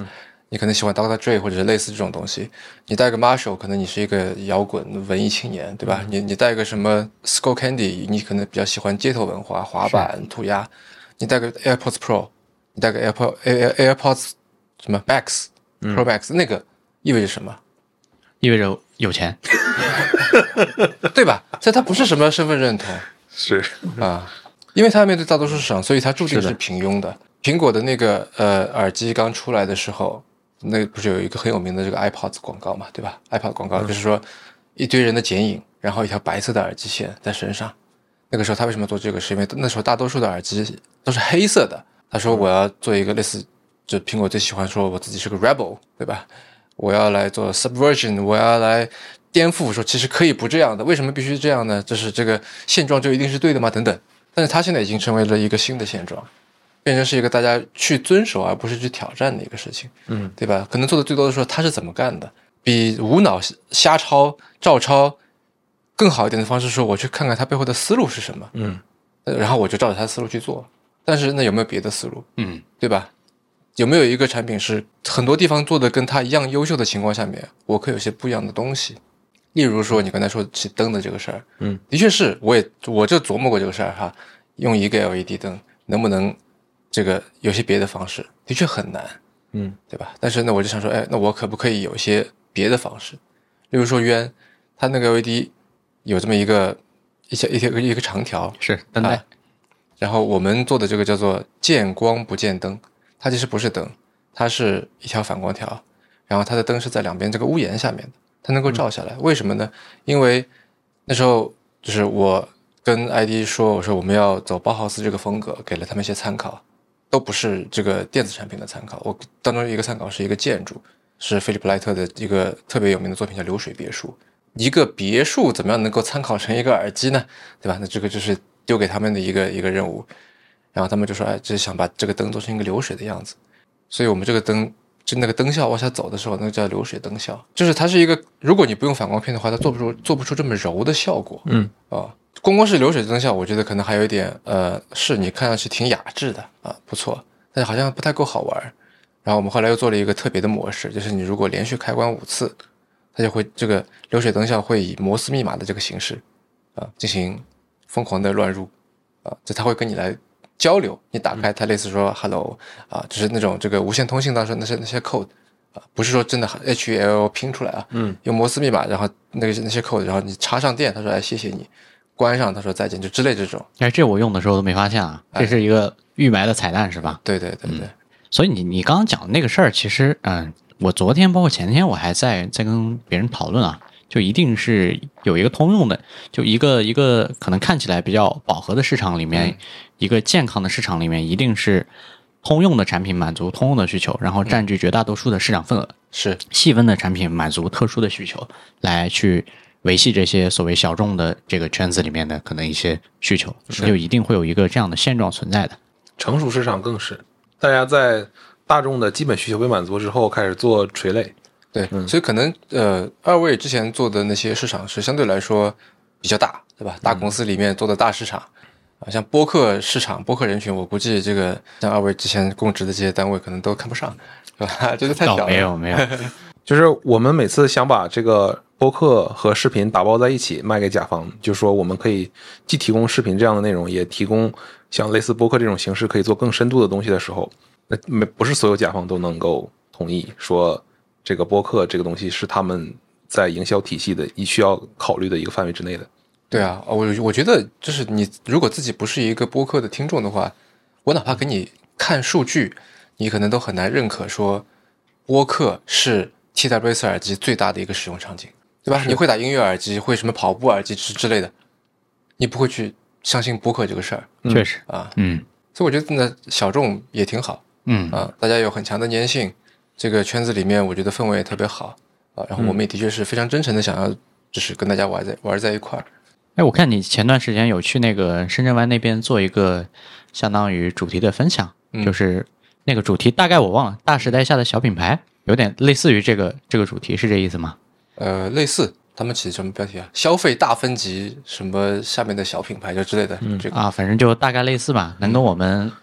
Speaker 2: 你可能喜欢 Dr. Dre 或者是类似这种东西。你戴个 Marshall， 可能你是一个摇滚文艺青年，对吧？你戴个什么 Skull Candy， 你可能比较喜欢街头文化、滑板、涂鸦。你戴个 AirPods Pro， 你戴个 AirPods 什么 Max、Pro Max， 那个意味着什么？
Speaker 1: 意味着有钱，
Speaker 2: 对吧？所以它不是什么身份认同，
Speaker 3: 是
Speaker 2: 啊，因为它面对大多数市场，所以它注定是平庸的。苹果的那个耳机刚出来的时候，那不是有一个很有名的这个 iPods 广告嘛，对吧？iPod 广告就是说一堆人的剪影，然后一条白色的耳机线在身上。那个时候他为什么做这个？是因为那时候大多数的耳机都是黑色的。他说我要做一个类似，就苹果最喜欢说我自己是个 rebel， 对吧？我要来做 subversion， 我要来颠覆，说其实可以不这样的，为什么必须这样呢？就是这个现状就一定是对的吗？等等。但是它现在已经成为了一个新的现状，变成是一个大家去遵守而不是去挑战的一个事情，对吧？可能做的最多的说他是怎么干的，比无脑瞎抄照抄更好一点的方式，说我去看看他背后的思路是什么，然后我就照着他的思路去做。但是那有没有别的思路？对吧？有没有一个产品是很多地方做的跟它一样优秀的情况下面，我可以有些不一样的东西？例如说你刚才说起灯的这个事儿，的确是我就琢磨过这个事儿哈，用一个 LED 灯能不能这个有些别的方式，的确很难，对吧？但是呢，我就想说，哎，那我可不可以有一些别的方式？例如说渊，它那个 LED 有这么一个长条，
Speaker 1: 是灯带，
Speaker 2: 然后我们做的这个叫做见光不见灯。它其实不是灯，它是一条反光条，然后它的灯是在两边这个屋檐下面的，它能够照下来。为什么呢？因为那时候就是我跟 ID 说，我说我们要走包豪斯这个风格，给了他们一些参考，都不是这个电子产品的参考。我当中一个参考是一个建筑，是菲利普莱特的一个特别有名的作品叫流水别墅。一个别墅怎么样能够参考成一个耳机呢？对吧？那这个就是丢给他们的一个任务。然后他们就说，哎，就是想把这个灯做成一个流水的样子，所以我们这个灯，就那个灯效往下走的时候，那个叫流水灯效，就是它是一个，如果你不用反光片的话，它做不出这么柔的效果，光是流水灯效，我觉得可能还有一点，是你看上去挺雅致的啊，不错，但是好像不太够好玩。然后我们后来又做了一个特别的模式，就是你如果连续开关5次，它就会这个流水灯效会以摩斯密码的这个形式进行疯狂的乱入就它会跟你来交流，你打开它类似说 hello 就是那种这个无线通信当中那些 code 不是说真的 HLL 拼出来用摩斯密码，然后那些 code， 然后你插上电，他说哎谢谢你，关上他说再见，就之类这种。
Speaker 1: 哎，这我用的时候都没发现啊，这是一个预埋的彩蛋是吧？
Speaker 2: 对。
Speaker 1: 所以你刚刚讲的那个事儿，其实我昨天包括前天我还在跟别人讨论就一定是有一个通用的，就一个可能看起来比较饱和的市场里面，一个健康的市场里面，一定是通用的产品满足通用的需求，然后占据绝大多数的市场份额。
Speaker 2: 是
Speaker 1: 细分的产品满足特殊的需求，来去维系这些所谓小众的这个圈子里面的可能一些需求，就一定会有一个这样的现状存在的。
Speaker 3: 成熟市场更是，大家在大众的基本需求被满足之后，开始做垂类。
Speaker 2: 对，所以可能二位之前做的那些市场是相对来说比较大，对吧？大公司里面做的大市场像播客市场、播客人群，我估计这个像二位之前供职的这些单位可能都看不上，是吧？这个太小了。
Speaker 1: 没有，
Speaker 3: 就是我们每次想把这个播客和视频打包在一起卖给甲方，就说我们可以既提供视频这样的内容，也提供像类似播客这种形式可以做更深度的东西的时候，那不是所有甲方都能够同意说这个播客这个东西是他们在营销体系的需要考虑的一个范围之内的。
Speaker 2: 对啊，我觉得就是你如果自己不是一个播客的听众的话，我哪怕给你看数据，你可能都很难认可说播客是 TWS 耳机最大的一个使用场景，对吧？你会打音乐耳机，会什么跑步耳机之类的，你不会去相信播客这个事儿。
Speaker 1: 确实
Speaker 2: 所以我觉得呢，小众也挺好。大家有很强的粘性，这个圈子里面我觉得氛围也特别好然后我们也的确是非常真诚的想要就是跟大家玩在一块儿。
Speaker 1: 哎，我看你前段时间有去那个深圳湾那边做一个相当于主题的分享，就是那个主题大概我忘了，大时代下的小品牌，有点类似于这个主题，是这意思吗？
Speaker 2: 类似，他们起的什么标题啊？消费大分级什么下面的小品牌就之类的，这个
Speaker 1: 反正就大概类似吧，能跟我们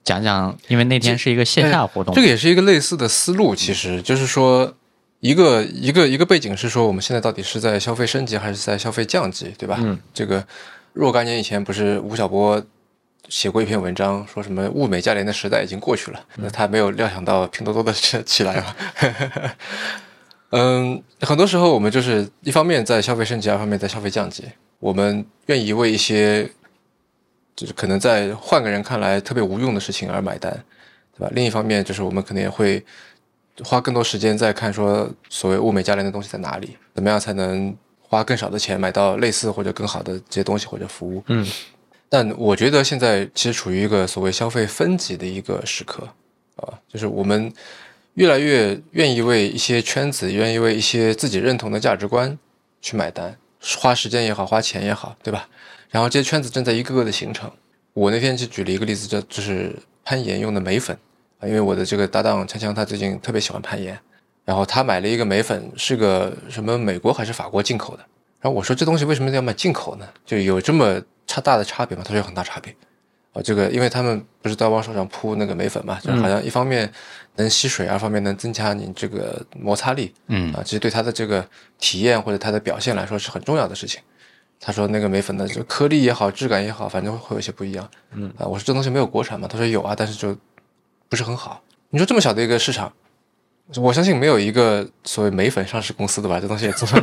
Speaker 1: 讲讲，因为那天是一个线下活动，
Speaker 2: 这个也是一个类似的思路，其实就是说一个背景是说我们现在到底是在消费升级还是在消费降级，对吧？这个若干年以前不是吴晓波写过一篇文章，说什么物美价廉的时代已经过去了，那他没有料想到拼多多的起来了。很多时候我们就是一方面在消费升级，二方面在消费降级。我们愿意为一些就是可能在换个人看来特别无用的事情而买单，对吧？另一方面就是我们可能也会花更多时间在看说所谓物美价廉的东西在哪里，怎么样才能花更少的钱买到类似或者更好的这些东西或者服务。但我觉得现在其实处于一个所谓消费分级的一个时刻就是我们越来越愿意为一些圈子，愿意为一些自己认同的价值观去买单，花时间也好，花钱也好，对吧？然后这些圈子正在一个个的形成。我那天就举了一个例子，就是攀岩用的眉粉因为我的这个搭档锵锵他最近特别喜欢攀岩，然后他买了一个眉粉，是个什么美国还是法国进口的。然后我说这东西为什么要买进口呢？就有这么大的差别吗？他说有很大差别这个因为他们不是在往手上铺那个眉粉嘛，就是好像一方面能吸水，二方面能增加你这个摩擦力其实对它的这个体验或者它的表现来说是很重要的事情。他说那个眉粉的这个颗粒也好，质感也好，反正会有些不一样我说这东西没有国产吗？他说有啊，但是就不是很好。你说这么小的一个市场，我相信没有一个所谓眉粉上市公司的吧，这东西也做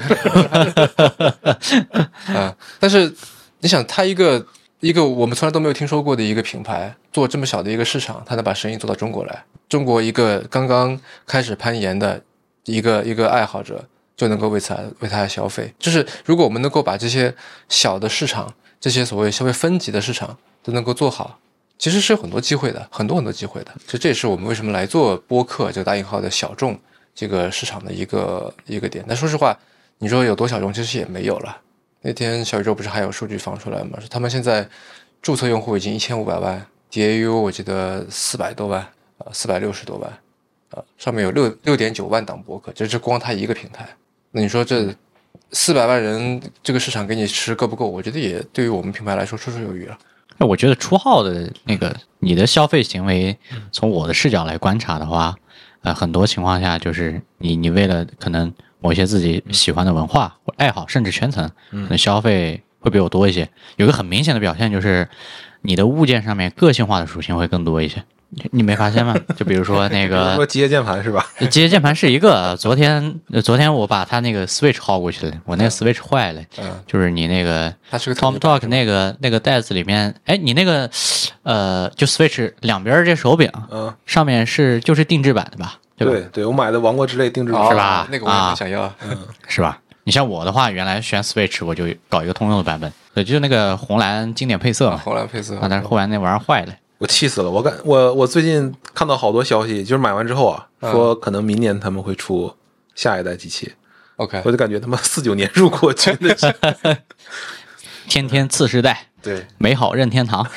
Speaker 2: 但是你想他一个我们从来都没有听说过的一个品牌，做这么小的一个市场，他能把生意做到中国来，中国一个刚刚开始攀岩的一个爱好者就能够为他消费。就是如果我们能够把这些小的市场，这些所谓消费分级的市场都能够做好，其实是有很多机会的，很多机会的。这也是我们为什么来做播客这个大引号的小众这个市场的一个点。但说实话，你说有多小众，其实也没有了。那天小宇宙不是还有数据放出来吗？他们现在注册用户已经1500万 DAU 我记得400多万460多万上面有6.9万档播客，这是光他一个平台。那你说这400万人这个市场给你吃够不够？我觉得也对于我们品牌来说绰绰有余了。
Speaker 1: 我觉得初号的那个你的消费行为，从我的视角来观察的话，很多情况下就是你为了可能某一些自己喜欢的文化或爱好，甚至圈层，可能消费会比我多一些。有个很明显的表现就是你的物件上面个性化的属性会更多一些。你没发现吗？就比如说那个
Speaker 3: 说机械键盘是吧？
Speaker 1: 机械键盘是一个，昨天我把它那个 Switch 薅过去了，我那个 Switch 坏了，就是你那个
Speaker 2: 它是个
Speaker 1: Tom Talk 那个袋子里面，你那个就 Switch 两边这手柄，上面就是定制版的吧？
Speaker 3: 对，我买的王国之泪定制版
Speaker 1: 是吧？
Speaker 2: 那个我也很想要，
Speaker 1: 是吧？你像我的话，原来选 Switch 我就搞一个通用的版本，对，就是那个红蓝经典配色嘛，
Speaker 2: 红蓝配色
Speaker 1: 但是后来那玩意儿坏了。
Speaker 3: 我气死了！我最近看到好多消息，就是买完之后说可能明年他们会出下一代机器。
Speaker 2: OK，
Speaker 3: 我就感觉他妈49年入过去的，
Speaker 1: 天次世代，
Speaker 3: 对，
Speaker 1: 美好任天堂。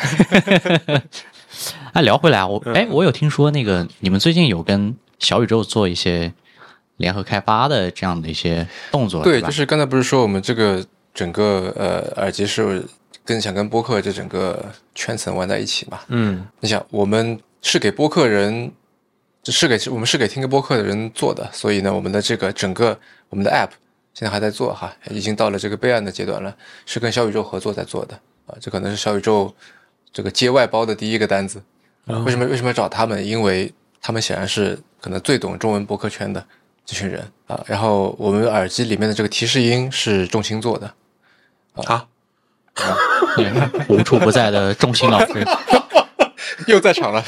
Speaker 1: 聊回来我有听说那个你们最近有跟小宇宙做一些联合开发的这样的一些动作，
Speaker 2: 对，就是刚才不是说我们这个整个耳机是想跟播客这整个圈层玩在一起嘛。你想我们是给播客人，我们是给听个播客的人做的，所以呢我们的这个整个我们的 app 现在还在做已经到了这个备案的阶段了，是跟小宇宙合作在做的这可能是小宇宙这个接外包的第一个单子。为什么找他们？因为他们显然是可能最懂中文播客圈的这群人然后我们耳机里面的这个提示音是仲卿做的
Speaker 1: 无处不在的仲卿老师
Speaker 2: 又在场了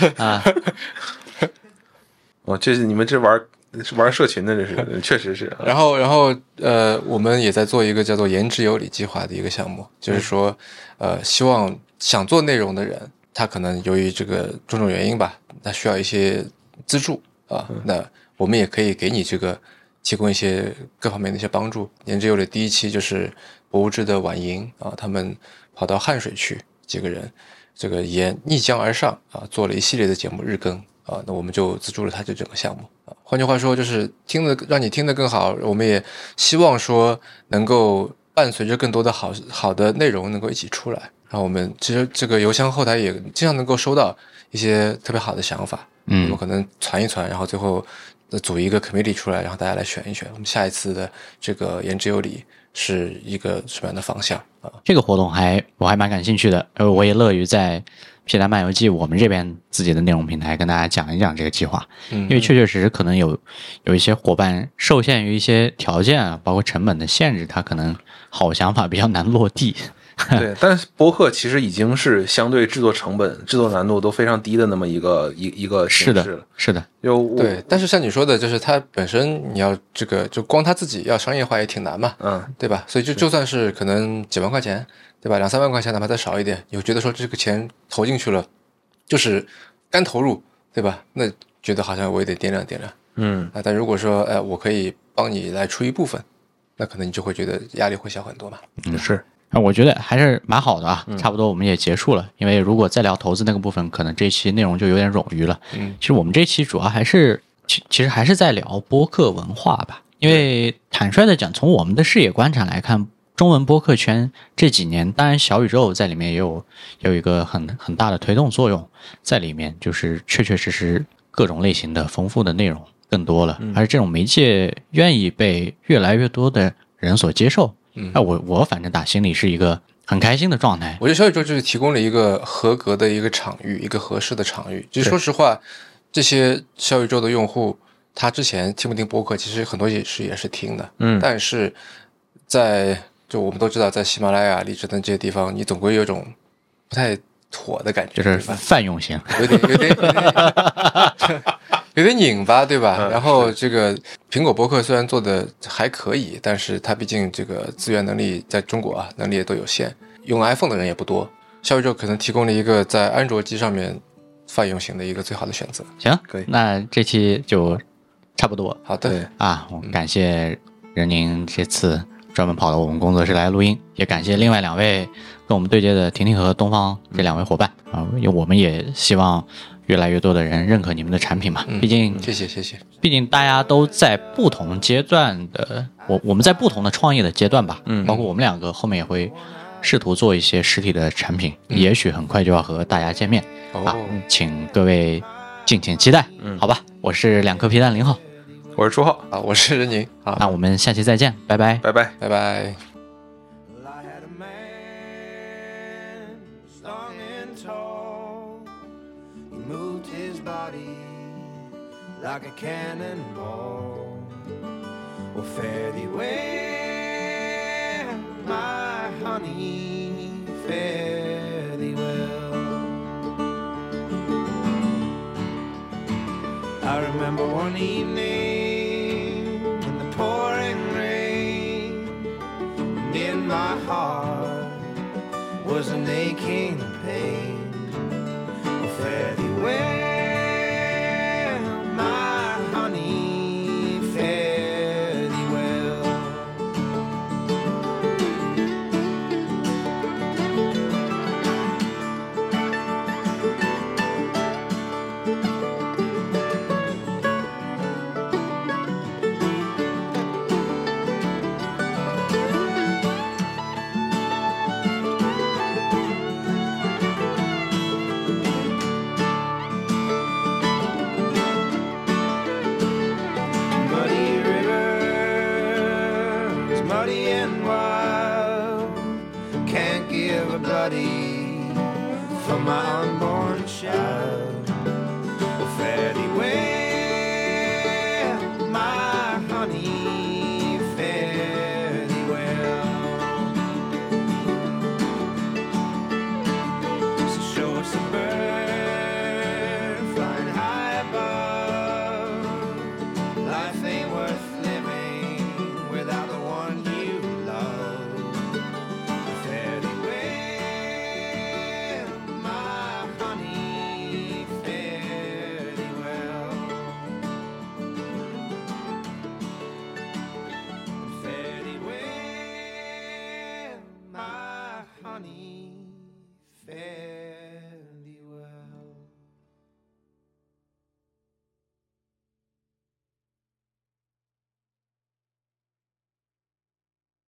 Speaker 3: 这是你们这玩社群的，这是确实是。
Speaker 2: 然后我们也在做一个叫做言之有理计划的一个项目，就是说希望想做内容的人，他可能由于这个种种原因吧，他需要一些资助那我们也可以给你这个提供一些各方面的一些帮助。言之有理第一期就是博物志的婉莹他们跑到汉水去，几个人这个也逆江而上做了一系列的节目日更那我们就资助了他这整个项目换句话说就是让你听得更好，我们也希望说能够伴随着更多的好的内容能够一起出来然后我们其实这个邮箱后台也经常能够收到一些特别好的想法，我们可能传一传，然后最后组一个 committee 出来，然后大家来选一选，我们下一次的这个言之有理是一个什么样的方向啊？
Speaker 1: 这个活动我还蛮感兴趣的，我也乐于在皮蛋漫游记我们这边自己的内容平台跟大家讲一讲这个计划，因为确确实实可能有一些伙伴受限于一些条件啊，包括成本的限制，他可能好想法比较难落地。
Speaker 3: 对，但是播客其实已经是相对制作成本、制作难度都非常低的那么一个形式了。
Speaker 1: 是的，
Speaker 2: 对。但是像你说的，就是它本身你要这个就光它自己要商业化也挺难嘛，对吧？所以就算是可能几万块钱，对吧？2-3万块钱，哪怕再少一点，你会觉得说这个钱投进去了，就是干投入，对吧？那觉得好像我也得掂量掂量，但如果说我可以帮你来出一部分，那可能你就会觉得压力会小很多嘛。
Speaker 3: 是。
Speaker 1: 我觉得还是蛮好的啊，差不多我们也结束了。因为如果再聊投资那个部分，可能这期内容就有点冗余了。其实我们这期主要还是其实还是在聊播客文化吧。因为坦率的讲，从我们的视野观察来看，中文播客圈这几年，当然小宇宙在里面也有一个很大的推动作用在里面，就是确确实实各种类型的丰富的内容更多了，而这种媒介愿意被越来越多的人所接受。我反正打心里是一个很开心的状态。
Speaker 2: 我觉得小宇宙就是提供了一个合格的一个场域，一个合适的场域。其实说实话，这些小宇宙的用户，他之前听不听播客，其实很多也是听的。但是就我们都知道，在喜马拉雅、荔枝等这些地方，你总归有种不太妥的感觉，
Speaker 1: 就是泛用型，
Speaker 2: 有点拧巴，对吧？然后这个苹果播客虽然做的还可以，但是它毕竟这个资源能力在中国能力也都有限，用 iPhone 的人也不多。小宇宙可能提供了一个在安卓机上面泛用型的一个最好的选择。
Speaker 1: 行，
Speaker 3: 可以，
Speaker 1: 那这期就差不多。
Speaker 2: 好的
Speaker 1: 我感谢任宁这次专门跑到我们工作室来录音，也感谢另外2位跟我们对接的婷婷和东方这2位伙伴因为我们也希望越来越多的人认可你们的产品嘛，毕竟
Speaker 2: 谢谢，
Speaker 1: 毕竟大家都在不同阶段的，我们在不同的创业的阶段吧，包括我们2个后面也会试图做一些实体的产品，也许很快就要和大家见面请各位敬请期待，好吧？我是2颗皮蛋0号，
Speaker 3: 我是初号
Speaker 2: 我是任宁，
Speaker 1: 那我们下期再见，拜拜，
Speaker 3: 拜拜，
Speaker 2: 拜拜。
Speaker 4: Like a cannonball, well, fare thee well, my honey, fare thee well. I remember one evening in the pouring rain, and in my heart was an aching pain. Well, fare thee well, for my unborn child. Well, fare thee well, my honey, fare thee well. So show us a bird flying high above. Life ain't worth